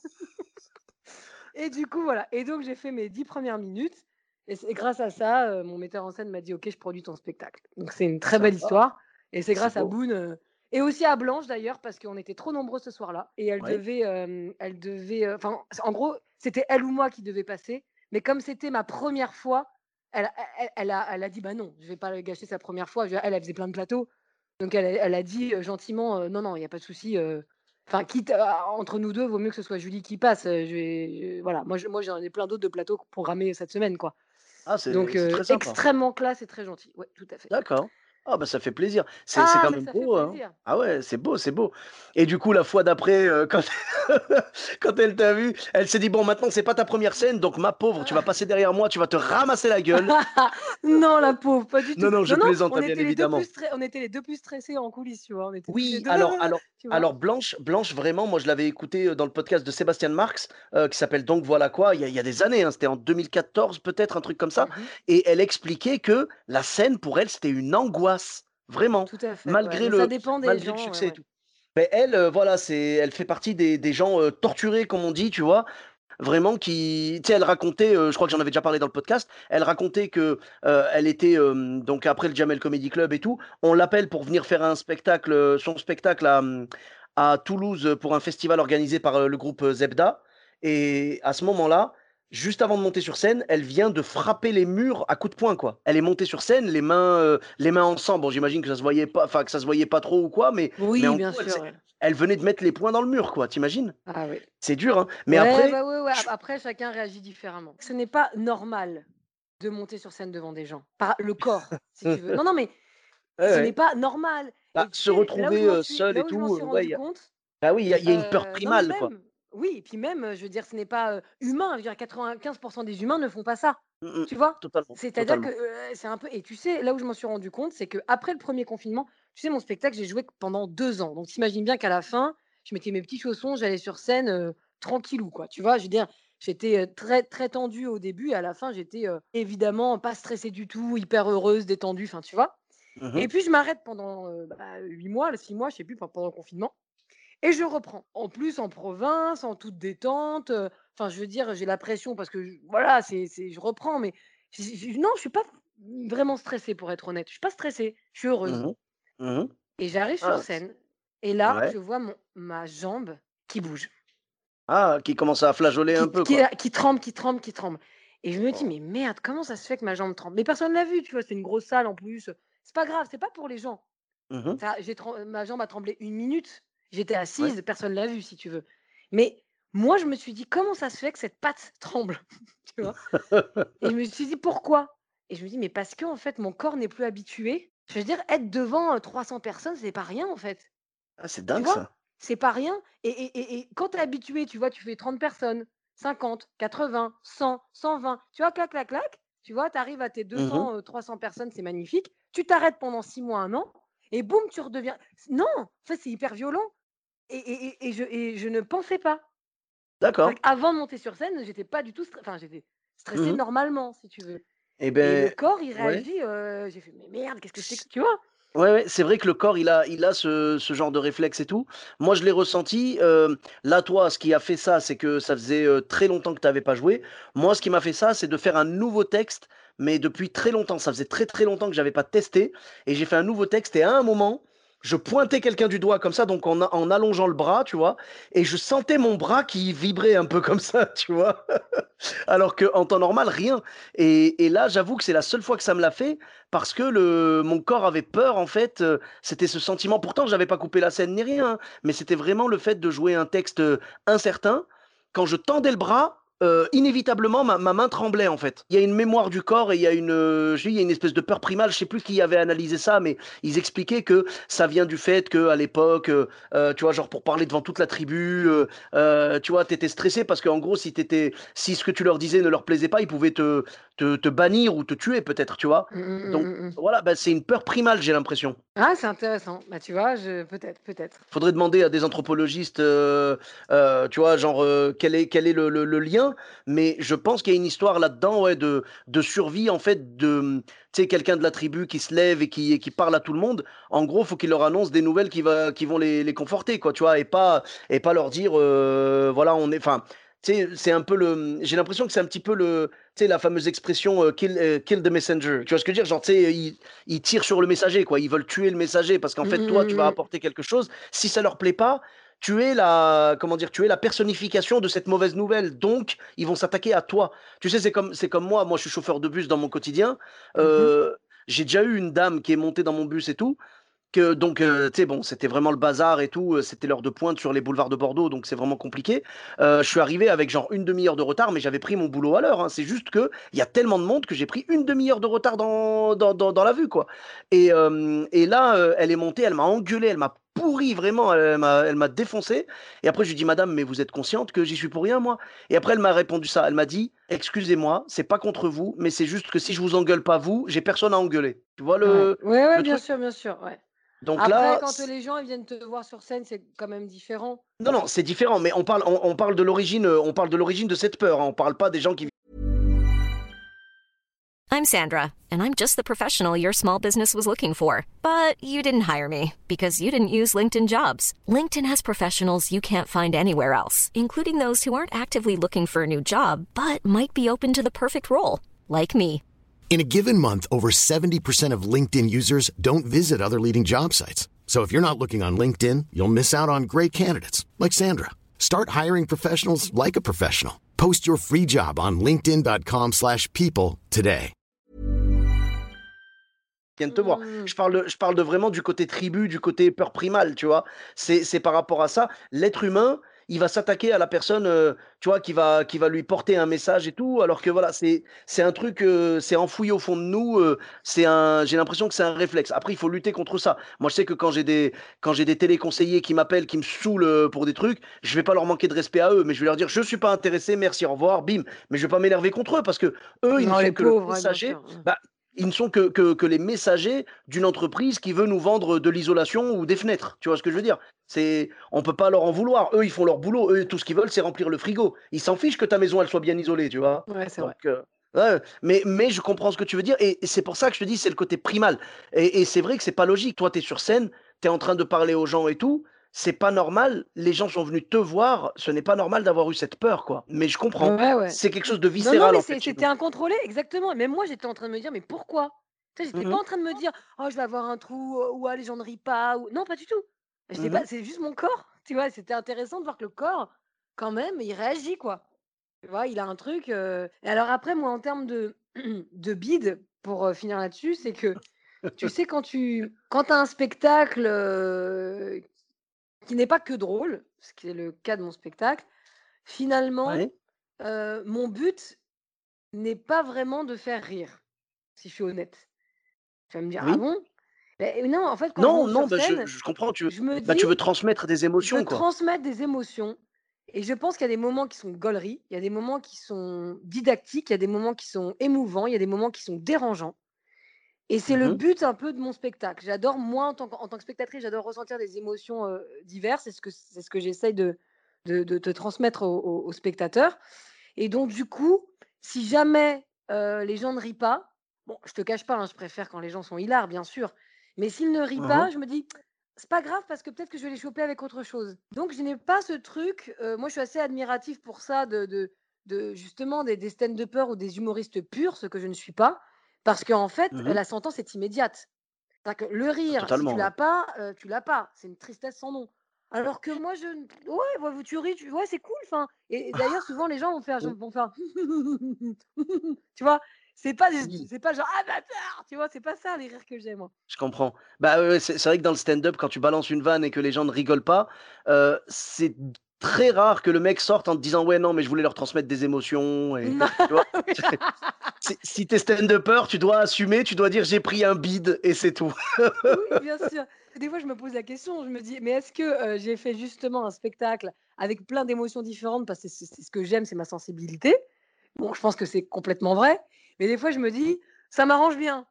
Et du coup, voilà et donc j'ai fait mes dix premières minutes et c'est grâce à ça, heu, mon metteur en scène m'a dit: «OK, je produis ton spectacle». Donc c'est une très belle Sympa, histoire et c'est c'est grâce à beau. Boun, heu et aussi à Blanche d'ailleurs parce qu'on était trop nombreux ce soir-là et elle Oui. devait, hem, elle devait, heu, enfin, en gros, c'était elle ou moi qui devait passer, mais comme c'était ma première fois, elle a elle elle a elle a dit: «Bah non, je vais pas gâcher sa première fois». Je veux dire, elle, elle faisait plein de plateaux, donc elle a elle a dit, heu, gentiment, heu: «Non, non, il y a pas de souci, heu, enfin, quitte à entre nous deux, vaut mieux que ce soit Julie qui passe, heu, je vais, heu, voilà, moi je moi j'en ai plein d'autres de plateaux programmés cette semaine, quoi». Ah, c'est Donc c'est heu, très sympa. extrêmement classe et très gentil. Ouais, tout à fait. D'accord. Ah bah, ça fait plaisir. C'est c'est Ah, quand mais même ça fait beau, hein. plaisir. Ah ouais, c'est beau, c'est beau et du coup, la fois d'après, heu, quand quand elle t'a vu, elle s'est dit: «Bon, maintenant, c'est pas ta première scène, donc ma pauvre, tu vas passer derrière moi, tu vas te ramasser la gueule». Non, la pauvre, pas du tout. Non, non, je Non, non, plaisante, on hein, bien était les deux plus évidemment. stre on était les deux plus stressés en coulisses, tu vois? On était tous les Oui, deux, alors alors tu vois? alors Blanche Blanche vraiment, moi je l'avais écoutée, heu, dans le podcast de Sébastien Marx, heu, qui s'appelle «Donc voilà quoi», il y a il y a des années, hein, c'était en deux mille quatorze peut-être, un truc comme ça Mmh. et elle expliquait que la scène pour elle, c'était une angoisse, vraiment, Tout à fait, ouais, malgré mais ça le dépend des malgré le gens, ouais, succès et ouais. tout. Mais elle, heu, voilà, c'est elle fait partie des des gens, heu, torturés comme on dit, tu vois? Vraiment qui tu sais, elle racontait, heu, je crois que j'en avais déjà parlé dans le podcast, elle racontait que, heu, elle était, hem, donc après le Jamel Comedy Club et tout, on l'appelle pour venir faire un spectacle, heu, son spectacle à, mmh, à Toulouse, heu, pour un festival organisé par, heu, le groupe, heu, Zebda et à ce moment-là, juste avant de monter sur scène, elle vient de frapper les murs à coups de poing, quoi. Elle est montée sur scène, les mains, heu, les mains ensemble. Bon, j'imagine que ça se voyait pas enfin, que ça se voyait pas trop ou quoi, mais mais Oui, en bien gros, elle sûr, s'est ouais. elle venait de mettre les poings dans le mur, quoi, tu imagines? Ah oui. C'est dur, hein, mais Ouais, après bah, ouais, ouais, ap je après chacun réagit différemment. Ce n'est pas normal de monter sur scène devant des gens. Par le corps, si tu veux. Non, non, mais Ouais, Ce n'est ouais. pas normal Bah, et tu se sais, là où retrouver, je m'en heu, suis seul et là où je m'en tout, suis heu, ouais, rendu il y a compte, bah, oui, il y a il y a une peur heu, non mais primale, quoi. même oui et puis même, heu, je veux dire, ce n'est pas, heu, humain. Je veux dire quatre-vingt-quinze des humains ne font pas ça, Mmh mh. tu vois? Totalement, C'est-à-dire que, totalement. heu, c'est un peu et tu sais, là où je m'en suis rendu compte, c'est qu'après le premier confinement, tu sais, mon spectacle, j'ai joué pendant deux ans. Donc tu imagines bien qu'à la fin, je mettais mes petits chaussons, j'allais sur scène, heu, tranquillou, quoi, tu vois? Je veux dire, j'étais, heu, très, très tendue au début et à la fin, j'étais, heu, évidemment pas stressée du tout, hyper heureuse, détendue, enfin, tu vois? Mmh Et mh. puis je m'arrête pendant, heu, bah, huit mois, six mois, je sais plus, enfin pendant le confinement et je reprends. En plus en province, en toute détente, heu, enfin je veux dire, j'ai la pression parce que j voilà, c'est c'est je reprends mais j j non, je suis pas vraiment stressée pour être honnête. Je suis pas stressée, je suis Mmh heureuse mh. Mmh mh. et j'arrive sur Ah, c scène et là, ouais. je vois mon ma jambe qui bouge, Ah, qui commence à flageoler un qui peu, qui quoi. est qui tremble, qui tremble, qui tremble et je me dis: Oh. «Mais merde, comment ça se fait que ma jambe tremble?» mais personne l'a vu, tu vois? C'est une grosse salle en plus, c'est pas grave, c'est pas pour les gens. Mmh mh. Ça j'ai trem ma jambe a tremblé une minute, j'étais Ouais. assise, personne l'a vu si tu veux. Mais moi, je me suis dit: «Comment ça se fait que cette patte tremble?» tu vois? Et je me suis dit: «Pourquoi?» et je me dis: «Mais parce qu'en fait, mon corps n'est plus habitué». Je veux dire, être devant, heu, trois cents personnes, c'est pas rien, en fait. Ah, c'est Tu dingue vois? ça. C'est pas rien et et et et quand tu es habitué, tu vois, tu fais trente personnes, cinquante, quatre-vingts, cent, cent vingt, tu vois? Clac, clac, clac, tu vois? Tu arrives à tes deux Mmh mh. cents, heu, trois cents personnes, c'est magnifique. Tu t'arrêtes pendant six mois, un an et boum, tu redeviens non! En fait, c'est hyper violent et et et et je et je ne pensais pas. D'accord. C'est-à-dire qu'avant de monter sur scène, j'étais pas du tout stre enfin, j'étais Mmh stressée mh. normalement, si tu veux Et et le beh, corps, il ouais. réagit, heu, j'ai fait: «Mais merde, qu'est-ce que c'est que» C tu vois? Ouais, ouais, c'est vrai que le corps, il a il a ce ce genre de réflexe et tout. Moi, je l'ai ressenti, hem, là, toi, ce qui a fait ça, c'est que ça faisait, heu, très longtemps que tu avais pas joué. Moi, ce qui m'a fait ça, c'est de faire un nouveau texte, mais depuis très longtemps. Ça faisait très, très longtemps que j'avais pas testé et j'ai fait un nouveau texte et à un moment, je pointais quelqu'un du doigt comme ça, donc en a en allongeant le bras, tu vois? Et je sentais mon bras qui vibrait un peu comme ça, tu vois? Alors qu'en temps normal, rien. Et, et là, j'avoue que c'est la seule fois que ça me l'a fait parce que le, mon corps avait peur, en fait. euh, C'était ce sentiment. Pourtant, j'avais pas coupé la scène ni rien, hein, mais c'était vraiment le fait de jouer un texte euh, incertain. Quand je tendais le bras, euh, inévitablement, ma, ma main tremblait, en fait. Il y a une mémoire du corps et il y a une, euh, je dis, il y a une espèce de peur primale. Je sais plus qui avait analysé ça, mais ils expliquaient que ça vient du fait que à l'époque, euh, euh, tu vois, genre pour parler devant toute la tribu, euh, euh, tu vois, t'étais stressé parce qu'en gros, si t'étais si ce que tu leur disais ne leur plaisait pas, ils pouvaient te te te bannir ou te tuer peut-être, tu vois? Mmh mh, mmh, Donc mmh, mmh. voilà, bah, c'est une peur primale, j'ai l'impression. Ah, c'est intéressant. Bah, tu vois, je peut-être, peut-être. Faudrait demander à des anthropologistes, heu heu, tu vois, genre, heu, quel est quel est le le le lien, mais je pense qu'il y a une histoire là-dedans, ouais, de de survie, en fait, de, mmh, tu sais, quelqu'un de la tribu qui se lève et qui et qui parle à tout le monde. En gros, faut qu'il leur annonce des nouvelles qui va qui vont les les conforter, quoi, tu vois? Et pas et pas leur dire, heu, voilà, on est enfin, tu sais, c'est un peu le, mmh, j'ai l'impression que c'est un petit peu le tu sais, la fameuse expression, heu, kill, heu, kill the messenger. Tu vois ce que je veux dire? Genre, tu sais, ils ils tirent sur le messager, quoi. Ils veulent tuer le messager parce qu'en Mmh fait, mh, toi, tu mmh vas mh, mmh. apporter quelque chose. Si ça leur plaît pas, tu es la comment dire? Tu es la personnification de cette mauvaise nouvelle, donc ils vont s'attaquer à toi. Tu sais, c'est comme c'est comme moi, moi je suis chauffeur de bus dans mon quotidien, Mmh mh. heu, j'ai déjà eu une dame qui est montée dans mon bus et tout, que donc heu, tu sais, bon, c'était vraiment le bazar et tout, heu, c'était l'heure de pointe sur les boulevards de Bordeaux, donc c'est vraiment compliqué. Heu, je suis arrivé avec genre une demi heure de retard, mais j'avais pris mon boulot à l'heure, hein. C'est juste qu'il y a tellement de monde que j'ai pris une demi heure de retard dans dans dans dans la vue, quoi. Et hem et là, heu, elle est montée, elle m'a engueulé, elle m'a pourri vraiment, elle m'a elle m'a défoncé et après je lui dis: «Madame, mais vous êtes consciente que j'y suis pour rien, moi?» Et après elle m'a répondu ça, elle m'a dit: «Excusez-moi, c'est pas contre vous, mais c'est juste que si je vous engueule pas vous, j'ai personne à engueuler». Tu vois Ouais. le Ouais, ouais, le bien truc? sûr, bien sûr, ouais. Donc Après, là, quand, heu, c les gens, ils viennent te voir sur scène, c'est quand même différent. non, non, c'est différent, mais on parle on on parle de l'origine, heu, on parle de l'origine de cette peur, hein. On parle pas des gens qui I'm Sandra, and I'm just the professional your small business was looking for. But you didn't hire me because you didn't use LinkedIn Jobs. LinkedIn has professionals you can't find anywhere else, including those who aren't actively looking for a new job but might be open to the perfect role, like me. In a given month, over seventy percent of LinkedIn users don't visit other leading job sites. So if you're not looking on LinkedIn, you'll miss out on great candidates like Sandra. Start hiring professionals like a professional. Post your free job on linkedin dot com slash people today. viennent te voir. Mmh. Je parle de je parle de vraiment du côté tribu, du côté peur primale, tu vois? C'est c'est par rapport à ça. L'être humain, il va s'attaquer à la personne, heu, tu vois, qui va qui va lui porter un message et tout, alors que voilà, c'est c'est un truc, heu, c'est enfoui au fond de nous, heu, c'est un j'ai l'impression que c'est un réflexe. Après, il faut lutter contre ça. Moi, je sais que quand j'ai des quand j'ai des téléconseillers qui m'appellent, qui me saoulent, heu, pour des trucs, je vais pas leur manquer de respect à eux, mais je vais leur dire: «Je suis pas intéressé, merci, au revoir», bim. Mais je vais pas m'énerver contre eux parce qu'eux, ils ne Non, sont les que le pauvres, ouais, bien messager, sûr. Mmh. bah, ils ne sont que que que les messagers d'une entreprise qui veut nous vendre de l'isolation ou des fenêtres. Tu vois ce que je veux dire? C'est on peut pas leur en vouloir. Eux, ils font leur boulot. Eux, tout ce qu'ils veulent, c'est remplir le frigo. Ils s'en fichent que ta maison, elle soit bien isolée, tu vois? Ouais, c'est Donc, vrai. heu, ouais, mais mais je comprends ce que tu veux dire et et c'est pour ça que je te dis, c'est le côté primal et et c'est vrai que c'est pas logique. Toi, tu es sur scène, tu es en train de parler aux gens et tout, c'est pas normal. Les gens sont venus te voir, ce n'est pas normal d'avoir eu cette peur, quoi. Mais je comprends. Ouais, ouais. C'est quelque chose de Non, non, viscéral, mais en fait, c'est chez c'était nous. incontrôlé, exactement. Et même moi, j'étais en train de me dire: «Mais pourquoi?» Tu sais, j'étais Mmh pas mh. en train de me dire: «Oh, je vais avoir un trou, heu, ouah, les gens ne rient pas» ou non, pas du tout. J'étais Mmh pas mh. c'est juste mon corps, tu vois? C'était intéressant de voir que le corps, quand même, il réagit, quoi. Tu vois? Il a un truc, heu et alors après, moi, en termes de de bide, pour, heu, finir là-dessus, c'est que, tu sais, quand tu quand tu as un spectacle, heu, qui n'est pas que drôle, ce qui est le cas de mon spectacle, finalement, Ouais. heu, mon but n'est pas vraiment de faire rire, si je suis honnête. Tu vas me dire: «Ah Oui. bon?» Beh, non, en fait, quand je Non, monte non, sur bah, je scène, je comprends, tu veux je me bah, dis: tu veux transmettre des «Je veux émotions, quoi. transmettre des émotions» et je pense qu'il y a des moments qui sont gauleries, il y a des moments qui sont didactiques, il y a des moments qui sont émouvants, il y a des moments qui sont dérangeants et c'est Mmh le mh. but un peu de mon spectacle. J'adore, moi, en tant que en tant que spectatrice, j'adore ressentir des émotions, heu, diverses. C'est ce que c'est ce que j'essaye de de de te transmettre aux aux aux spectateurs et donc du coup, si jamais, heu, les gens ne rient pas, bon, je te cache pas, hein, je préfère quand les gens sont hilars, bien sûr, mais s'ils ne rient Mmh mh. pas, je me dis: «C'est pas grave parce que peut-être que je vais les choper avec autre chose». Donc je n'ai pas ce truc, heu, moi je suis assez admirative pour ça de de de justement des des stand-uppers ou des humoristes purs, ce que je ne suis pas, parce qu'en fait, Mmh heu, mh. la sentence est immédiate. C'est-à-dire que le Ah rire, si tu totalement, ouais. l'as pas, heu, tu l'as pas. C'est une tristesse sans nom. Alors que moi, je n ouais, ouais, tu ris, tu ouais, c'est cool, enfin et et d'ailleurs, souvent, les gens vont faire Mmh. genre vont faire tu vois? C'est pas des Oui, c'est pas genre: «Ah bâtard!» tu vois? C'est pas ça les rires que j'ai moi. je comprends. Bah, ouais, ouais, c'est c'est vrai que dans le stand-up, quand tu balances une vanne et que les gens ne rigolent pas, heu, c'est très rare que le mec sorte en te disant: «Ouais, non, mais je voulais leur transmettre des émotions» et Non, tu vois? oui. Si si tu es stand-upper, tu dois assumer, tu dois dire: «J'ai pris un bide» et c'est tout. Oui, bien sûr. Des fois, je me pose la question, je me dis: «Mais est-ce que, heu, j'ai fait justement un spectacle avec plein d'émotions différentes parce que c'est c'est ce que j'aime, c'est ma sensibilité?» Bon, je pense que c'est complètement vrai, mais des fois, je me dis: «Ça m'arrange bien».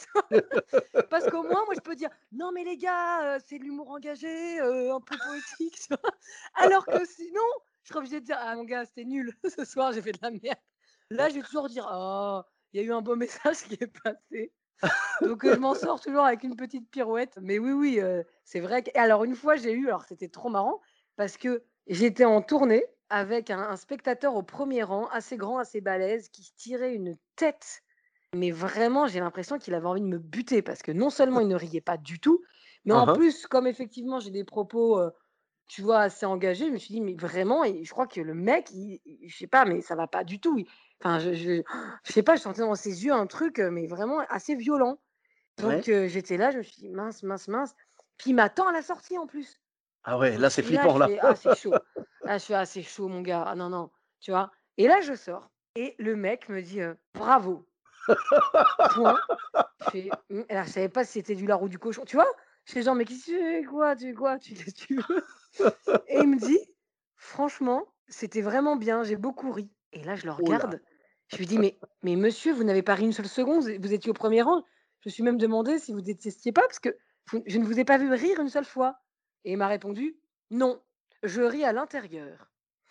Parce qu'au moins, moi, je peux dire: «Non, mais les gars, heu, c'est de l'humour engagé, heu, un peu poétique», tu vois? Alors que sinon, je serais obligée de dire: «Ah mon gars, c'était nul, ce soir, j'ai fait de la merde». Là, je vais toujours dire: «Oh, il y a eu un beau message qui est passé». Donc heu, je m'en sors toujours avec une petite pirouette. Mais oui, oui, heu, c'est vrai que et alors une fois, j'ai eu alors c'était trop marrant parce que j'étais en tournée avec un un spectateur au premier rang, assez grand, assez balèze, qui se tirait une tête, mais vraiment, j'ai l'impression qu'il avait envie de me buter parce que non seulement il ne riait pas du tout, mais Hein, en hein. plus, comme effectivement j'ai des propos, heu, tu vois, assez engagés, je me suis dit: «Mais vraiment» et je crois que le mec, il il je sais pas, mais ça va pas du tout. Il enfin, je je je sais pas, je sentais dans ses yeux un truc, heu, mais vraiment assez violent. Ouais. Donc heu, j'étais là, je me suis dit: «Mince, mince, mince». Puis il m'attend à la sortie en plus. Ah ouais, Donc là, je c'est suis là, je flippant, là. fais: «Ah c'est chaud». Ah je fais: «Ah c'est chaud mon gars, ah non, non», tu vois? Et là je sors et le mec me dit, heu: «Bravo, point». Je fais: «Mmh» alors je savais pas si c'était du lard ou du cochon, tu vois? Je fais genre: «Mais qu'est-ce que tu veux quoi? Tu veux quoi? Tu qu'est-ce que tu veux?» Et il me dit: «Franchement, c'était vraiment bien, j'ai beaucoup ri». Et là je le Oh là! regarde, je lui dis: «Mais mais monsieur, vous n'avez pas ri une seule seconde, vous vous étiez au premier rang. Je me suis même demandé si vous détestiez pas parce que vous je ne vous ai pas vu rire une seule fois». Et il m'a répondu: «Non, je ris à l'intérieur.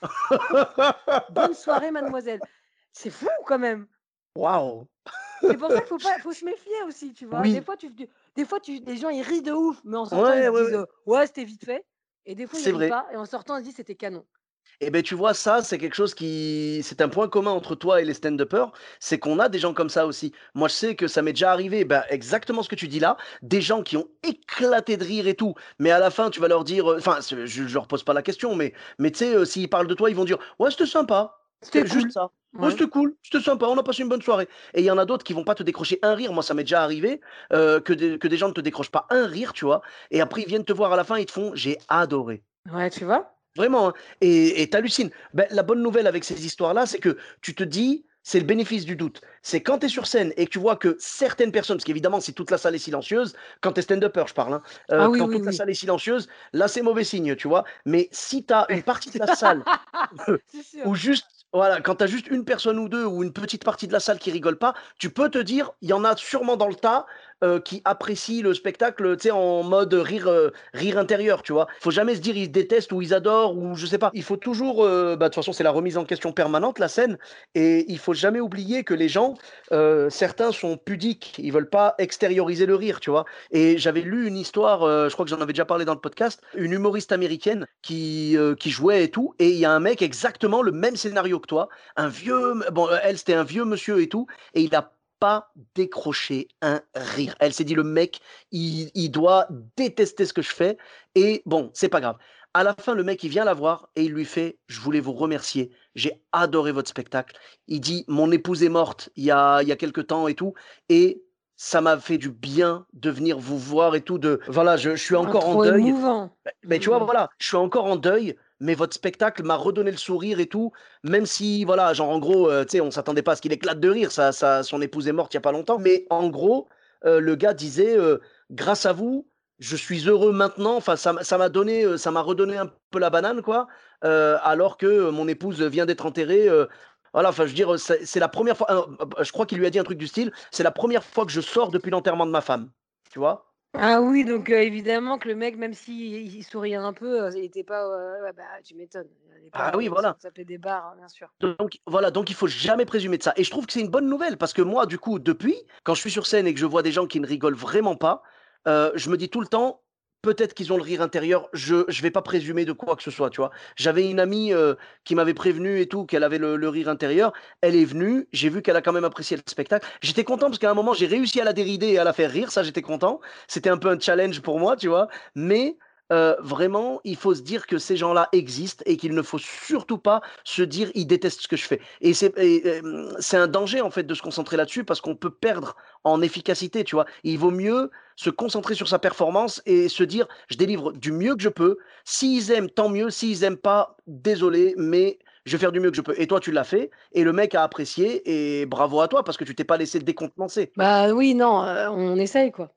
Bonne soirée mademoiselle». C'est fou quand même! Waouh! C'est pour ça qu'il faut pas faut se méfier aussi, tu vois? Des Oui, fois tu tu des fois tu les gens ils rient de ouf, mais en sortant ils ouais, se ouais, disent, ouais, heu: «Ouais, c'était vite fait» et des fois ils c'est rient vrai. pas et en sortant ils se disent: «C'était canon». Et beh, tu vois, ça, c'est quelque chose qui c'est un point commun entre toi et les stand-uppers, c'est qu'on a des gens comme ça aussi. Moi, je sais que ça m'est déjà arrivé, bah, exactement ce que tu dis là, des gens qui ont éclaté de rire et tout, mais à la fin, tu vas leur dire, heu, enfin, ce je je leur pose pas la question, mais mais tu sais, heu, s'ils parlent de toi, ils vont dire: «Ouais, c'était sympa, C'était c'était juste cool. ça. Ouais, Ouais. c'était cool, c'était sympa, on a passé une bonne soirée» et il y en a d'autres qui vont pas te décrocher un rire. Moi, ça m'est déjà arrivé, heu, que des que des gens ne te décrochent pas un rire, tu vois? Et après, ils viennent te voir à la fin, ils te font: «J'ai adoré». Ouais, tu vois? Vraiment, hein. Et et tu hallucines. Bah, la bonne nouvelle avec ces histoires-là, c'est que tu te dis, c'est le bénéfice du doute. C'est quand tu es sur scène et que tu vois que certaines personnes, parce qu'évidemment, si toute la salle est silencieuse, quand tu es stand-upper, je parle, hein, Ah heu, oui, quand oui, toute la oui. salle est silencieuse, là, c'est mauvais signe, tu vois? Mais si tu as une Ouais. partie de la salle C'est sûr. ou juste voilà, quand tu as juste une personne ou deux ou une petite partie de la salle qui rigole pas, tu peux te dire: «Il y en a sûrement dans le tas, heu, qui apprécient le spectacle», tu sais, en mode rire, heu, rire intérieur, tu vois? Faut jamais se dire: «Ils détestent» ou «Ils adorent» ou je sais pas. Il faut toujours, heu, bah, de toute façon, c'est la remise en question permanente, la scène et il faut jamais oublier que les gens, heu, certains sont pudiques, ils veulent pas extérioriser le rire, tu vois? Et j'avais lu une histoire, heu, je crois que j'en avais déjà parlé dans le podcast, une humoriste américaine qui, heu, qui jouait et tout et il y a un mec exactement le même scénario que toi, un vieux m bon, heu, elle, c'était un vieux monsieur et tout et il a pas décroché un rire. Elle s'est dit: «Le mec, il il doit détester ce que je fais» et bon, c'est pas grave. À la fin, le mec, il vient la voir et il lui fait: «Je voulais vous remercier, j'ai adoré votre spectacle». Il dit: «Mon épouse est morte il y a il y a quelque temps et tout et ça m'a fait du bien de venir vous voir et tout, de voilà, je je suis Ah, encore en trop deuil. émouvant. Beh beh, tu vois, Mmh. voilà, je suis encore en deuil, mais votre spectacle m'a redonné le sourire et tout, même si voilà, genre en gros, heu, tu sais, on s'attendait pas à ce qu'il éclate de rire, sa sa son épouse est morte il y a pas longtemps, mais en gros, heu, le gars disait, heu: «Grâce à vous, je suis heureux maintenant, enfin ça m'a ça m'a donné, heu, ça m'a redonné un peu la banane quoi, heu, alors que, heu, mon épouse vient d'être enterrée», heu, voilà, enfin je veux dire, heu, c'est c'est la première fois, alors, b je crois qu'il lui a dit un truc du style: «C'est la première fois que je sors depuis l'enterrement de ma femme», tu vois? Ah oui, donc heu, évidemment que le mec, même s'il il souriait un peu, heu, il était pas, heu, ouais, bah, tu m'étonnes. Il allait Ah pas, oui, heu, se voilà. taper des barres, hein, bien sûr. Donc voilà, donc il faut jamais présumer de ça et je trouve que c'est une bonne nouvelle parce que moi, du coup, depuis, quand je suis sur scène et que je vois des gens qui ne rigolent vraiment pas, heu, je me dis tout le temps: «Peut-être qu'ils ont le rire intérieur, je je vais pas présumer de quoi que ce soit», tu vois? J'avais une amie, heu, qui m'avait prévenu et tout qu'elle avait le le rire intérieur. Elle est venue, j'ai vu qu'elle a quand même apprécié le spectacle. J'étais content parce qu'à un moment, j'ai réussi à la dérider et à la faire rire, ça j'étais content. C'était un peu un challenge pour moi, tu vois? Mais heu, vraiment, il faut se dire que ces gens-là existent et qu'il ne faut surtout pas se dire: «Ils détestent ce que je fais» et c'est et hem, c'est un danger, en fait, de se concentrer là-dessus parce qu'on peut perdre en efficacité, tu vois? Il vaut mieux se concentrer sur sa performance et se dire: «Je délivre du mieux que je peux. S'ils aiment, tant mieux. S'ils aiment pas, désolé, mais je vais faire du mieux que je peux» et toi, tu l'as fait et le mec a apprécié et bravo à toi parce que tu t'es pas laissé décontenancer. Bah, oui, non, heu, on essaye, quoi.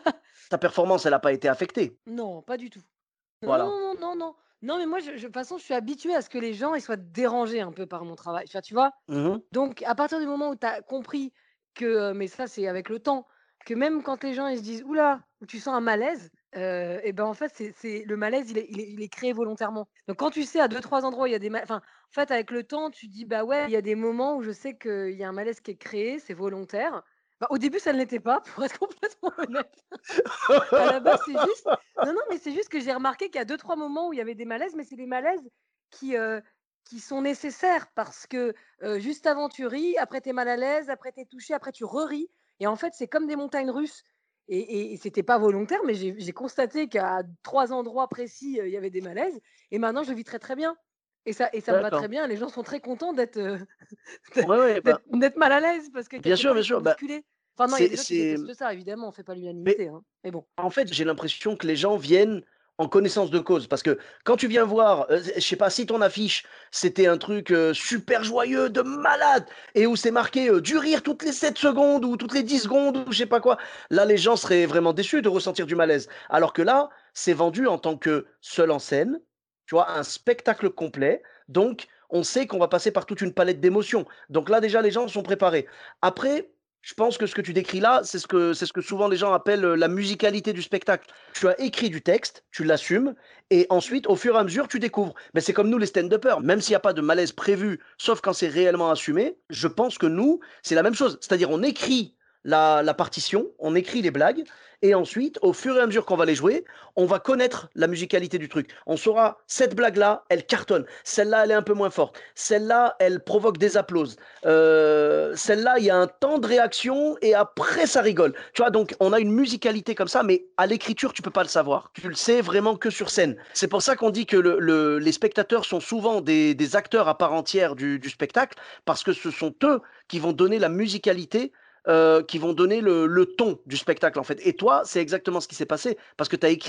Ta performance, elle a pas été affectée. Non, pas du tout. Non, Voilà. non, non, non, non. Non, mais moi, je je de toute façon, je suis habituée à ce que les gens, ils soient dérangés un peu par mon travail. Enfin, tu vois? Mmh mh. Donc à partir du moment où tu as compris que, heu, mais ça, c'est avec le temps, que même quand les gens, ils se disent: «Ouh là!» ou tu sens un malaise, heu et ben, en fait, c'est c'est le malaise, il est il est il est créé volontairement. Donc quand tu sais à deux trois endroits, il y a des ma enfin, en fait, avec le temps, tu te dis: «Bah, ouais, il y a des moments où je sais qu'il y a un malaise qui est créé, c'est volontaire». Bah, au début, ça ne l'était pas, pour être complètement honnête. À la base, c'est juste non, non, mais c'est juste que j'ai remarqué qu'il y a deux trois moments où il y avait des malaises, mais c'est des malaises qui, heu, qui sont nécessaires parce que, heu, juste avant tu ris, après tu es mal à l'aise, après tu es touché, après tu re-ris et en fait, c'est comme des montagnes russes et et et c'était pas volontaire, mais j'ai j'ai constaté qu'à trois endroits précis, heu, il y avait des malaises et maintenant je vis très, très bien et ça et ça me va très D'accord. bien. Les gens sont très contents d'être, heu, Ouais, ouais, bah, d'être d'être mal à l'aise parce que bien quelque sûr, part, bien il faut sûr, bah, bousculer. Enfin non, il y a c'est des gens qui c'est détestent ça évidemment, on fait pas mais l'unanimité, hein, mais bon. en fait, j'ai l'impression que les gens viennent en connaissance de cause. Parce que quand tu viens voir, heu, je sais pas, si ton affiche, c'était un truc, heu, super joyeux, de malade et où c'est marqué, heu, du rire toutes les sept secondes ou toutes les dix secondes ou je sais pas quoi, là, les gens seraient vraiment déçus de ressentir du malaise. Alors que là, c'est vendu en tant que seul en scène, tu vois? Un spectacle complet, donc on sait qu'on va passer par toute une palette d'émotions. Donc là, déjà, les gens sont préparés. Après, je pense que ce que tu décris là, c'est ce que c'est ce que souvent les gens appellent, heu, la musicalité du spectacle. Tu as écrit du texte, tu l'assumes et ensuite, au fur et à mesure, tu découvres. Mais c'est comme nous les stand-uppers, même s'il y a pas de malaise prévu, sauf quand c'est réellement assumé, je pense que nous, c'est la même chose. C'est-à-dire on écrit la la partition, on écrit les blagues et ensuite, au fur et à mesure qu'on va les jouer, on va connaître la musicalité du truc. On saura, cette blague-là, elle cartonne. Celle-là, elle est un peu moins forte. Celle-là, elle provoque des applauses. Heu, celle-là, il y a un temps de réaction et après ça rigole. Tu vois? Donc on a une musicalité comme ça, mais à l'écriture, tu peux pas le savoir. Tu le sais vraiment que sur scène. C'est pour ça qu'on dit que le le les spectateurs sont souvent des des acteurs à part entière du du spectacle, parce que ce sont eux qui vont donner la musicalité, heu, qui vont donner le le ton du spectacle, en fait. Et toi, c'est exactement ce qui s'est passé parce que tu as écrit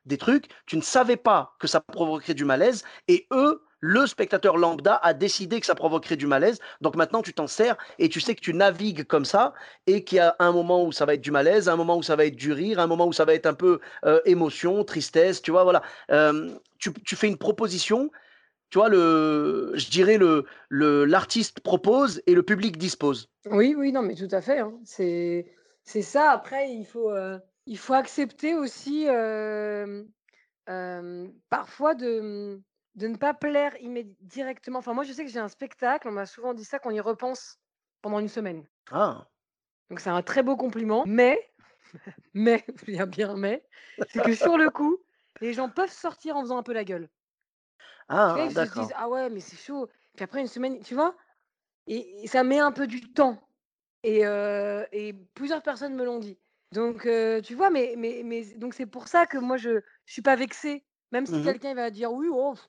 des trucs, tu ne savais pas que ça provoquerait du malaise, et eux, le spectateur lambda a décidé que ça provoquerait du malaise, donc maintenant tu t'en sers et tu sais que tu navigues comme ça et qu'il y a un moment où ça va être du malaise, un moment où ça va être du rire, un moment où ça va être un peu euh, émotion, tristesse, tu vois, voilà. Euh, tu, tu fais une proposition, tu vois, le, je dirais le, le, l'artiste propose et le public dispose. Oui, oui, non, mais tout à fait, hein. C'est, c'est ça. Après, il faut, euh, il faut accepter aussi euh, euh, parfois de, de ne pas plaire immé- directement. Enfin, moi, je sais que j'ai un spectacle, on m'a souvent dit ça, qu'on y repense pendant une semaine. Ah, Donc, c'est un très beau compliment. Mais, mais, il y a bien un mais, c'est que sur le coup, les gens peuvent sortir en faisant un peu la gueule. Tu vois, ah, ils se disent, d'accord. ah ouais, mais c'est chaud. Puis après, une semaine, tu vois, et, et ça met un peu du temps. Et, heu et plusieurs personnes me l'ont dit. Donc heu, tu vois? Mais mais mais donc c'est pour ça que moi je je suis pas vexée. Même si Mhm. quelqu'un il va dire: «Oui, oh».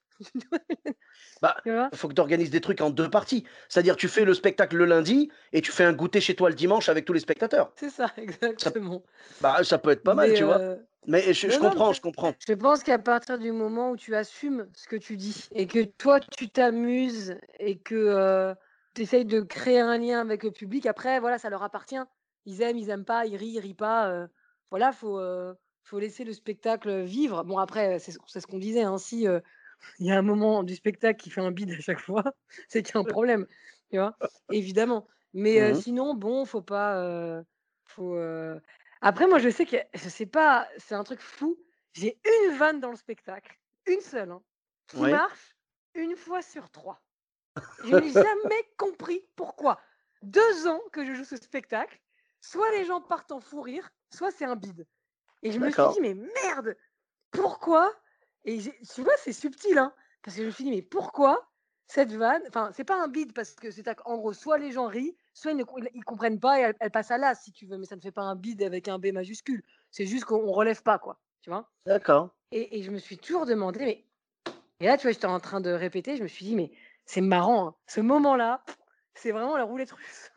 Bah, Tu vois? il faut que tu organises des trucs en deux parties. C'est-à-dire, tu fais le spectacle le lundi et tu fais un goûter chez toi le dimanche avec tous les spectateurs. C'est ça, Ça, exactement. bah, ça peut être pas mal, Mais tu vois. heu, Mais je, je non, non, comprends, mais je comprends. je pense qu'à partir du moment où tu assumes ce que tu dis et que toi tu t'amuses et que, heu, tu essayes de créer un lien avec le public, après voilà, ça leur appartient. Ils aiment, ils aiment pas, ils rient, ils rient pas, heu, voilà, faut, heu, faut laisser le spectacle vivre. Bon après, c'est ce c'est ce qu'on disait, hein, si, heu, il y a un moment du spectacle qui fait un bide à chaque fois, c'est qu'il y a un problème, tu vois? Évidemment. Mais heu, Mhm. sinon bon, faut pas, heu, faut, heu après moi je sais que je sais pas, c'est un truc fou, j'ai une vanne dans le spectacle, une seule, hein, qui Ouais. marche une fois sur trois. Je n'ai jamais compris pourquoi. deux ans que je joue ce spectacle, soit les gens partent en fou rire, soit c'est un bide. Et je me suis D'accord. dit: «Mais merde! Pourquoi?» Et j'ai tu vois, c'est subtil, hein, parce que je me suis dit: «Mais pourquoi cette vanne?» Enfin, c'est pas un bide parce que c'est en gros, soit les gens rient, soit ils ne com ils comprennent pas et elle elle passe à l'as si tu veux, mais ça ne fait pas un bide avec un B majuscule. C'est juste qu'on relève pas quoi, tu vois? D'accord. Et et je me suis toujours demandé, mais et là, tu vois, j'étais en train de répéter, je me suis dit: «Mais c'est marrant, hein, ce moment-là, c'est vraiment la roulette russe».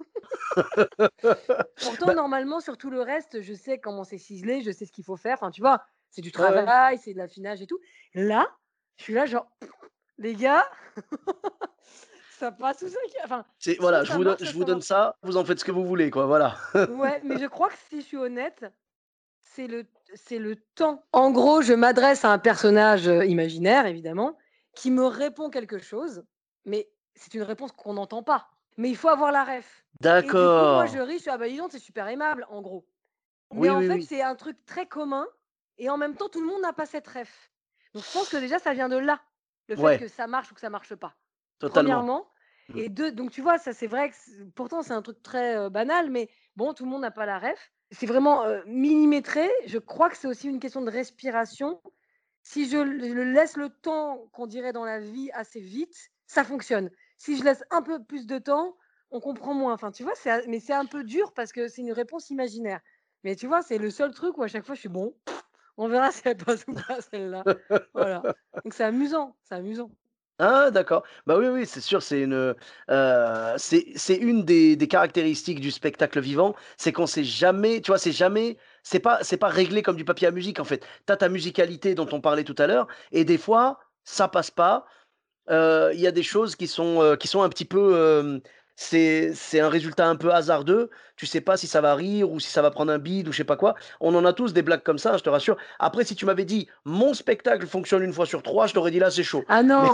Pourtant, Bah, normalement, sur tout le reste, je sais comment c'est ciselé, je sais ce qu'il faut faire. Enfin, tu vois, c'est du ouais, ouais. travail, c'est de l'affinage et tout. Là, je suis là, genre, les gars, ça passe ou ça ca- Enfin, C'est, soit voilà, je ça vous donne, marche, soit je vous ça donne marche pas. ça, vous en faites ce que vous voulez, quoi, voilà. Ouais, mais je crois que si je suis honnête, c'est le, c'est le temps. En gros, je m'adresse à un personnage euh, imaginaire, évidemment, qui me répond quelque chose, mais c'est une réponse qu'on n'entend pas. Mais il faut avoir la ref. Et du coup, moi, je D'accord. ris, je suis, ah bah dis donc, c'est super aimable, en gros. Mais Oui, en oui, fait, oui. c'est un truc très commun et en même temps, tout le monde n'a pas cette ref. Donc je pense que déjà, ça vient de là, le fait Ouais, que ça marche ou que ça marche pas. totalement. Premièrement. Mm. Et deux, donc tu vois, ça c'est vrai que c'est- pourtant c'est un truc très euh, banal, mais bon, tout le monde n'a pas la ref. C'est vraiment euh, millimétré. Je crois que c'est aussi une question de respiration. Si je le le laisse le temps qu'on dirait dans la vie assez vite, ça fonctionne. Si je laisse un peu plus de temps, on comprend moins. Enfin, tu vois, c'est a mais c'est un peu dur parce que c'est une réponse imaginaire. Mais tu vois, c'est le seul truc où à chaque fois je suis: «Bon, on verra si elle passe ou pas celle-là». Voilà. Donc c'est amusant, c'est amusant. Ah d'accord. Bah, oui, oui, c'est sûr, c'est une, heu, c'est c'est une des des caractéristiques du spectacle vivant, c'est qu'on sait jamais, tu vois, c'est jamais c'est pas c'est pas réglé comme du papier à musique, en fait. Tu as ta musicalité dont on parlait tout à l'heure et des fois, ça passe pas. Heu, il y a des choses qui sont, heu, qui sont un petit peu, hem, c'est c'est un résultat un peu hasardeux. Tu sais pas si ça va rire ou si ça va prendre un bide ou je sais pas quoi. On en a tous des blagues comme ça, hein, je te rassure. Après, si tu m'avais dit: «Mon spectacle fonctionne une fois sur trois», je t'aurais dit: «Là, c'est chaud». Ah Mais non!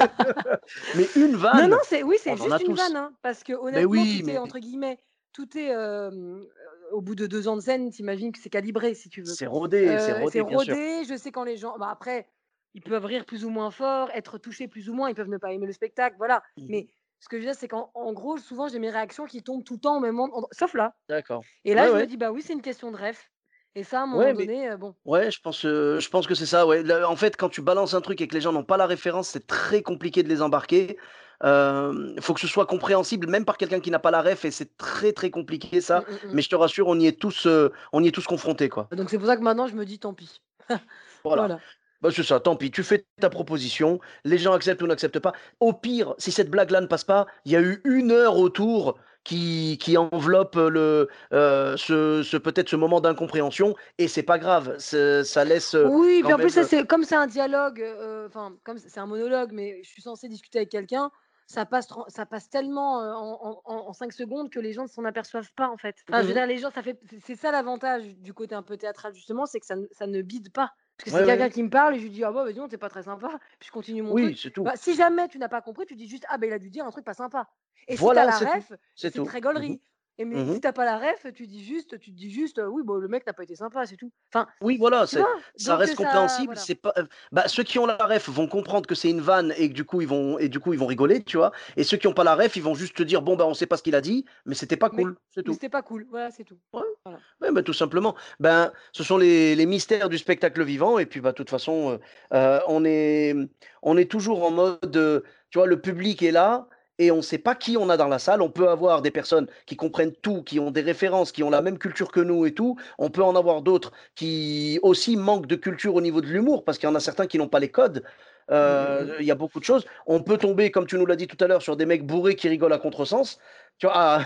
mais une Non, non, vanne, c'est oui, c'est on en juste a une tous. vanne, hein, parce que Mais honnêtement, oui, tout est mais entre guillemets, tout est, hem, heu, au bout de deux ans de scène, tu imagines que c'est calibré si tu veux. c'est rodé, c'est Heu, c'est rodé, bien sûr. rodé, je sais quand les gens bah, après, ils peuvent rire plus ou moins fort, être touchés plus ou moins, ils peuvent ne pas aimer le spectacle, voilà. Mmh mh. Mais ce que je veux dire, c'est qu'en en gros, souvent, j'ai mes réactions qui tombent tout le temps au même moment, sauf là. D'accord. Et là, Ouais, je me ouais. dis: «Bah oui, c'est une question de ref». Et ça, à un moment Ouais, mais donné, heu, bon. ouais, je pense, heu, je pense que c'est ça, ouais. Là, en fait, quand tu balances un truc et que les gens n'ont pas la référence, c'est très compliqué de les embarquer. Hem, faut que ce soit compréhensible même par quelqu'un qui n'a pas la ref et c'est très, très compliqué ça. Mmh, mmh mh. Mais je te rassure, on y est tous, heu, on y est tous confrontés, quoi. Donc c'est pour ça que maintenant, je me dis: «Tant pis». Voilà. Voilà. Bah, c'est ça, tant pis, tu fais ta proposition, les gens acceptent ou n'acceptent pas. Au pire, si cette blague-là ne passe pas, il y a eu une heure autour qui, qui enveloppe le, euh, ce, ce- peut-être ce moment d'incompréhension, et c'est pas grave, c'est- ça laisse euh, Oui, puis quand en plus, même. ça, c'est, comme c'est un dialogue, euh, enfin, comme c'est c'est un monologue, mais je suis censée discuter avec quelqu'un, ça passe, tran- ça passe tellement euh, en, en, en cinq secondes que les gens ne s'en aperçoivent pas, en fait. Enfin, je veux Mhm. dire, les gens, ça fait, c'est c'est ça l'avantage du côté un peu théâtral, justement, c'est que ça, ne- ça ne bide pas. Parce que Ouais, c'est quelqu'un ouais. qui me parle et je lui dis, ah bah, vas-y, on t'es pas très sympa, puis je continue mon Oui, truc. c'est tout. Bah, si jamais tu n'as pas compris, tu dis juste, ah bah, il a dû dire un truc pas sympa. Et si tu as Voilà, la c'est tout. ref, C'est c'est tout. très Mhm. gaulerie. Et mais Mhm. si t'as pas la ref, tu dis juste, tu te dis juste, euh, oui, bon, le mec n'a pas été sympa, c'est tout. Enfin, Oui, voilà, tu c'est, vois? ça Donc reste euh, ça, compréhensible. voilà. C'est pas, euh, bah, ceux qui ont la ref vont comprendre que c'est une vanne et que du coup ils vont et du coup ils vont rigoler, tu vois. Et ceux qui ont pas la ref, ils vont juste te dire bon bah on sait pas ce qu'il a dit, mais c'était pas Mais cool, c'est mais tout. c'était pas cool. Voilà, c'est tout. Ouais, Voilà. ouais, bah, tout simplement. Ben, ce sont les, les mystères du spectacle vivant. Et puis, bah, de toute façon, euh, euh, on est, on est toujours en mode, euh, tu vois, le public est là et on ne sait pas qui on a dans la salle. On peut avoir des personnes qui comprennent tout, qui ont des références, qui ont la même culture que nous et tout. On peut en avoir d'autres qui aussi manquent de culture au niveau de l'humour parce qu'il y en a certains qui n'ont pas les codes. Mmh, mmh, mmh. Euh, Il y a beaucoup de choses. On peut tomber, comme tu nous l'as dit tout à l'heure, sur des mecs bourrés qui rigolent à contresens. Tu vois, ah,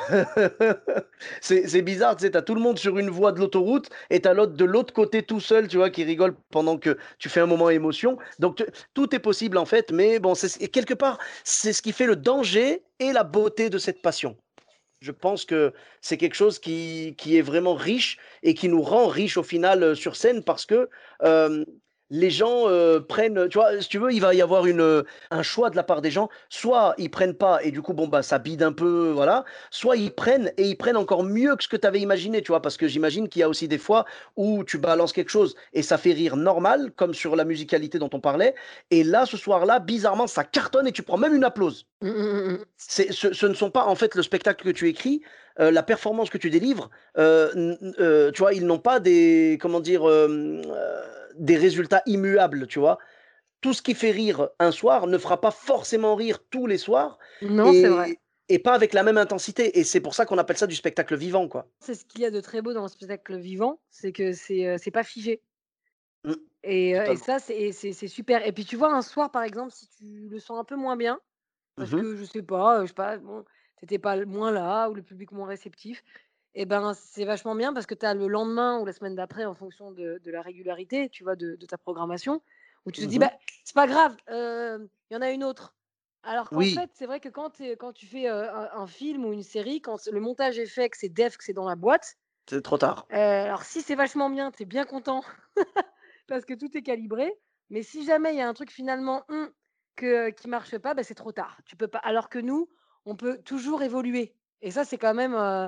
c'est c'est bizarre, tu sais, t'as tout le monde sur une voie de l'autoroute et t'as l'autre de l'autre côté tout seul, tu vois, qui rigole pendant que tu fais un moment émotion. Donc tu- tout est possible en fait, mais bon, c'est et quelque part, c'est ce qui fait le danger et la beauté de cette passion. Je pense que c'est quelque chose qui, qui est vraiment riche et qui nous rend riches au final euh, sur scène parce que euh, les gens euh, prennent, tu vois, si tu veux, il va y avoir une, euh, un choix de la part des gens. Soit ils prennent pas et du coup, bon, bah, ça bide un peu, voilà. Soit ils prennent et ils prennent encore mieux que ce que tu avais imaginé, tu vois, parce que j'imagine qu'il y a aussi des fois où tu balances quelque chose et ça fait rire normal, comme sur la musicalité dont on parlait. Et là, ce soir-là, bizarrement, ça cartonne et tu prends même une applause. Mmh, mmh, mmh. C'est, ce, ce ne sont pas en fait le spectacle que tu écris, euh, la performance que tu délivres. Euh, n- n- euh, tu vois, ils n'ont pas des, comment dire, euh, euh, des résultats immuables. Tu vois, tout ce qui fait rire un soir ne fera pas forcément rire tous les soirs Non, c'est vrai. et, et pas avec la même intensité. Et c'est pour ça qu'on appelle ça du spectacle vivant, quoi. C'est ce qu'il y a de très beau dans le spectacle vivant, c'est que c'est, heu, c'est pas figé Mm, et heu et totalement. ça, c'est c'est c'est super et puis tu vois, un soir, par exemple, si tu le sens un peu moins bien, parce Mhm, que je sais pas, heu, je sais pas, bon, tu pas l moins là ou le public moins réceptif et ben, c'est vachement bien parce que tu as le lendemain ou la semaine d'après en fonction de de la régularité, tu vois, de de ta programmation, où tu te dis: mhm. «Bah, c'est pas grave, hem, il y en a une autre». Alors qu'en Oui, fait, c'est vrai que quand tu quand tu fais, heu, un un film ou une série, quand le montage est fait, que c'est def, que c'est dans la boîte, c'est trop tard. heu, alors si c'est vachement bien, tu es bien content parce que tout est calibré, mais si jamais il y a un truc finalement, mmh, que qui marche pas, bah, c'est trop tard. Tu peux pas alors que nous, on peut toujours évoluer et ça, c'est quand même, heu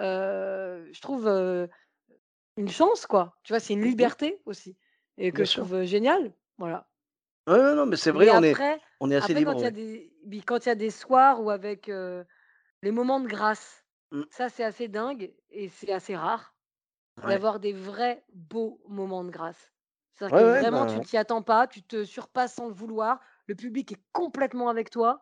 heu, je trouve, heu, une chance, quoi. Tu vois? C'est une Mhm, liberté aussi et que bien je sûr. trouve, heu, géniale. Voilà. Ouais, ouais, non, mais c'est vrai, Mais on est, après on est assez après libre, quand il y a ouais. des oui, quand il y a des soirs où avec, heu, les moments de grâce, Mm, ça, c'est assez dingue et c'est assez rare ouais, d'avoir des vrais beaux moments de grâce. C'est-à-dire ouais, que ouais, vraiment tu ben, t'y attends pas, tu te surpasses sans le vouloir, le public est complètement avec toi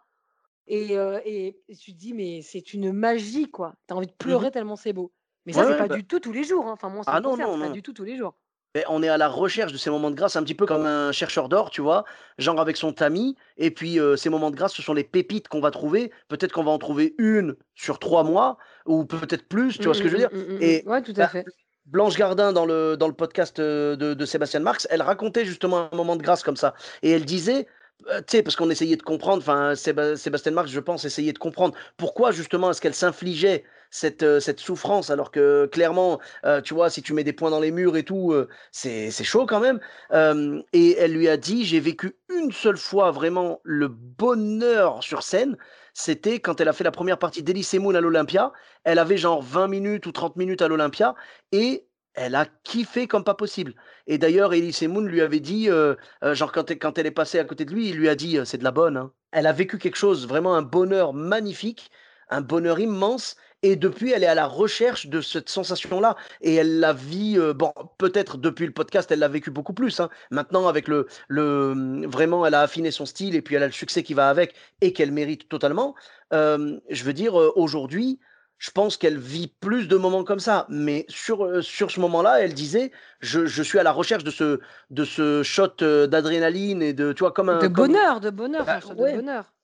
et heu et et tu te dis: «Mais c'est une magie, quoi». Tu as envie de mhm. pleurer tellement c'est beau. Mais ça, Ouais, c'est ouais, pas ben, du tout tous les jours, hein. Enfin moi, ça ah me non, concerne, non, c'est pas non. du tout tous les jours. Beh, on est à la recherche de ces moments de grâce, un petit peu comme un chercheur d'or, tu vois? Genre avec son tamis et puis, heu, ces moments de grâce, ce sont les pépites qu'on va trouver. Peut-être qu'on va en trouver une sur trois mois ou peut-être plus, tu Mmh vois ce que mh, je veux mmh, dire? mmh, mmh, Et mmh. Ouais, tout à bah, fait. Blanche Gardin dans le dans le podcast, heu, de de Sébastien Marx, elle racontait justement un moment de grâce comme ça et elle disait, heu, tu sais, parce qu'on essayait de comprendre, enfin Séba Sébastien Marx, je pense, essayait de comprendre pourquoi justement est-ce qu'elle s'infligeait cette, heu, cette souffrance alors que clairement, heu, tu vois, si tu mets des poings dans les murs et tout, heu, c'est c'est chaud quand même. Hem Et elle lui a dit: «J'ai vécu une seule fois vraiment le bonheur sur scène, c'était quand elle a fait la première partie d'Elysée Moon à l'Olympia. Elle avait genre vingt minutes ou trente minutes à l'Olympia et elle a kiffé comme pas possible. Et d'ailleurs, Elise Moon lui avait dit, heu heu, genre quand elle quand elle est passée à côté de lui, il lui a dit, heu: «C'est de la bonne, hein». Elle a vécu quelque chose, vraiment un bonheur magnifique, un bonheur immense et depuis, elle est à la recherche de cette sensation-là et elle la vit, heu, bon, peut-être depuis le podcast, elle l'a vécu beaucoup plus, hein. Maintenant avec le le, mmh, vraiment, elle a affiné son style et puis elle a le succès qui va avec et qu'elle mérite totalement. Hem, je veux dire, heu, aujourd'hui, je pense qu'elle vit plus de moments comme ça, mais sur, heu, sur ce moment-là, elle disait: «Je je suis à la recherche de ce de ce shot, heu, d'adrénaline et de» tu vois? Comme De un comme bonheur, de bonheur, c'est bah, un shot de ouais, bonheur.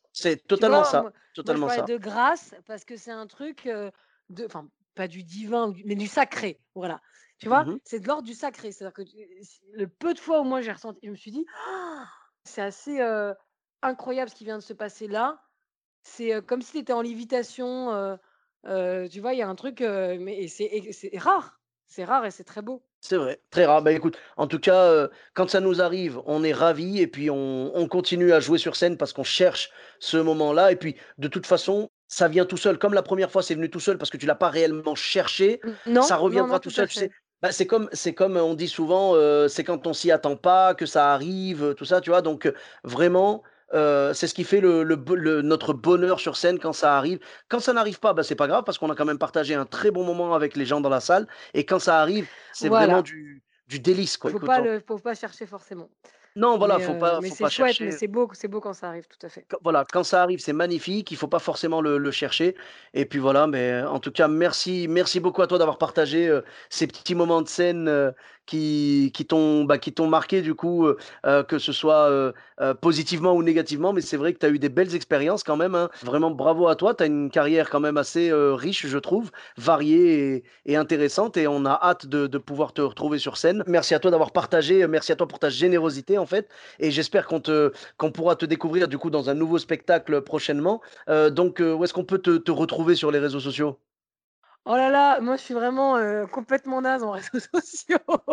C'est Tu totalement vois, ça, moi moi je totalement parlais ça. de grâce parce que c'est un truc, heu, de enfin, pas du divin ou du mais du sacré, voilà. Tu vois? Mmh mh. C'est de l'ordre du sacré. C'est-à-dire que tu s le peu de fois où moi j'ai ressenti je me suis dit: «C'est assez, heu, incroyable ce qui vient de se passer là». C'est, heu, comme si tu étais en lévitation, heu heu, tu vois? Il y a un truc, heu, mais et c'est et c'est rare. C'est rare et c'est très beau. C'est vrai, très rare. Bah, écoute, en tout cas, heu, quand ça nous arrive, on est ravis et puis on on continue à jouer sur scène parce qu'on cherche ce moment-là et puis de toute façon, ça vient tout seul. Comme la première fois, c'est venu tout seul parce que tu l'as pas réellement cherché, Mmh, non, ça non, reviendra non, tout tout à seul, tu sais? fait. Bah, c'est comme c'est comme, on dit souvent, heu, c'est quand on s'y attend pas que ça arrive, heu, tout ça, tu vois? Donc, heu, vraiment, heu, c'est ce qui fait le le bo le notre bonheur sur scène quand ça arrive. Quand ça n'arrive pas, bah, c'est pas grave parce qu'on a quand même partagé un très bon moment avec les gens dans la salle et quand ça arrive, c'est vraiment Voilà. du du délice, quoi. Faut Écoute, pas on le faut pas chercher forcément. non, voilà, Mais faut heu, pas mais faut c'est pas chouette, mais chercher. c'est beau c'est beau quand ça arrive, tout à fait. Quand voilà, quand ça arrive, c'est magnifique, il faut pas forcément le le chercher et puis voilà, mais en tout cas, merci merci beaucoup à toi d'avoir partagé, heu, ces petits moments de scène, heu, qui qui t'ont, bah, qui t'ont marqué du coup, heu heu, que ce soit, heu heu, positivement ou négativement. Mais c'est vrai que tu as eu des belles expériences quand même, hein. Vraiment bravo à toi, tu as une carrière quand même assez, heu, riche, je trouve, variée et et intéressante et on a hâte de de pouvoir te retrouver sur scène. Merci à toi d'avoir partagé, heu, merci à toi pour ta générosité, en fait et j'espère qu'on te qu'on pourra te découvrir du coup dans un nouveau spectacle prochainement. Heu, donc, heu, où est-ce qu'on peut te te retrouver sur les réseaux sociaux? Oh là là, moi je suis vraiment, heu, complètement naze en réseaux sociaux.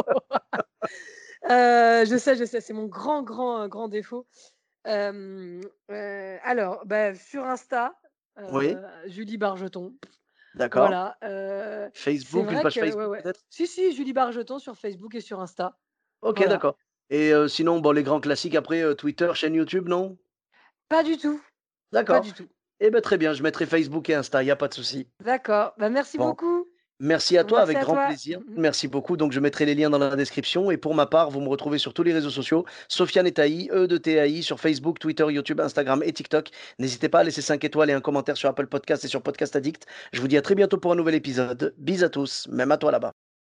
Heu, je sais, je sais, c'est mon grand, grand, heu, grand défaut. Hem, heu, alors, bah, sur Insta, Oui, heu, Julie Bargeton. d'accord. Voilà, heu, c'est Facebook, une vrai page que ouais, Facebook ouais. peut-être? Si, si, Julie Bargeton sur Facebook et sur Insta. OK, Voilà. d'accord et heu, sinon, bon, les grands classiques après, heu, Twitter, chaîne YouTube, non? Pas du tout, pas D'accord du tout. et ben très bien, je mettrai Facebook et Insta, il y a pas de souci. D'accord, bah, merci Bon, beaucoup. merci à toi, Merci avec à grand toi. plaisir. Merci beaucoup, donc je mettrai les liens dans la description et pour ma part, vous me retrouvez sur tous les réseaux sociaux, Sofiane et Taï, E de T A I sur Facebook, Twitter, YouTube, Instagram et TikTok. N'hésitez pas à laisser cinq étoiles et un commentaire sur Apple Podcast et sur Podcast Addict. Je vous dis à très bientôt pour un nouvel épisode. Bis à tous, même à toi là-bas.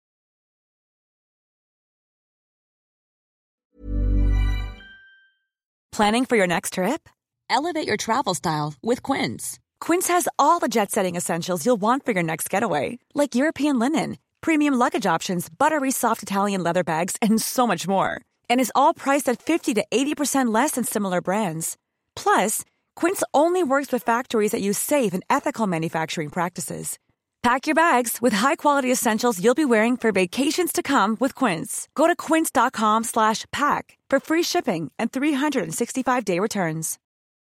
Planning for your next trip? Elevate your travel style with Quince. Quince has all the jet-setting essentials you'll want for your next getaway, like European linen, premium luggage options, buttery soft Italian leather bags, and so much more. And is all priced at fifty to eighty percent less than similar brands. Plus, Quince only works with factories that use safe and ethical manufacturing practices. Pack your bags with high-quality essentials you'll be wearing for vacations to come with Quince. Go to quince.com slash pack for free shipping and three sixty-five day returns.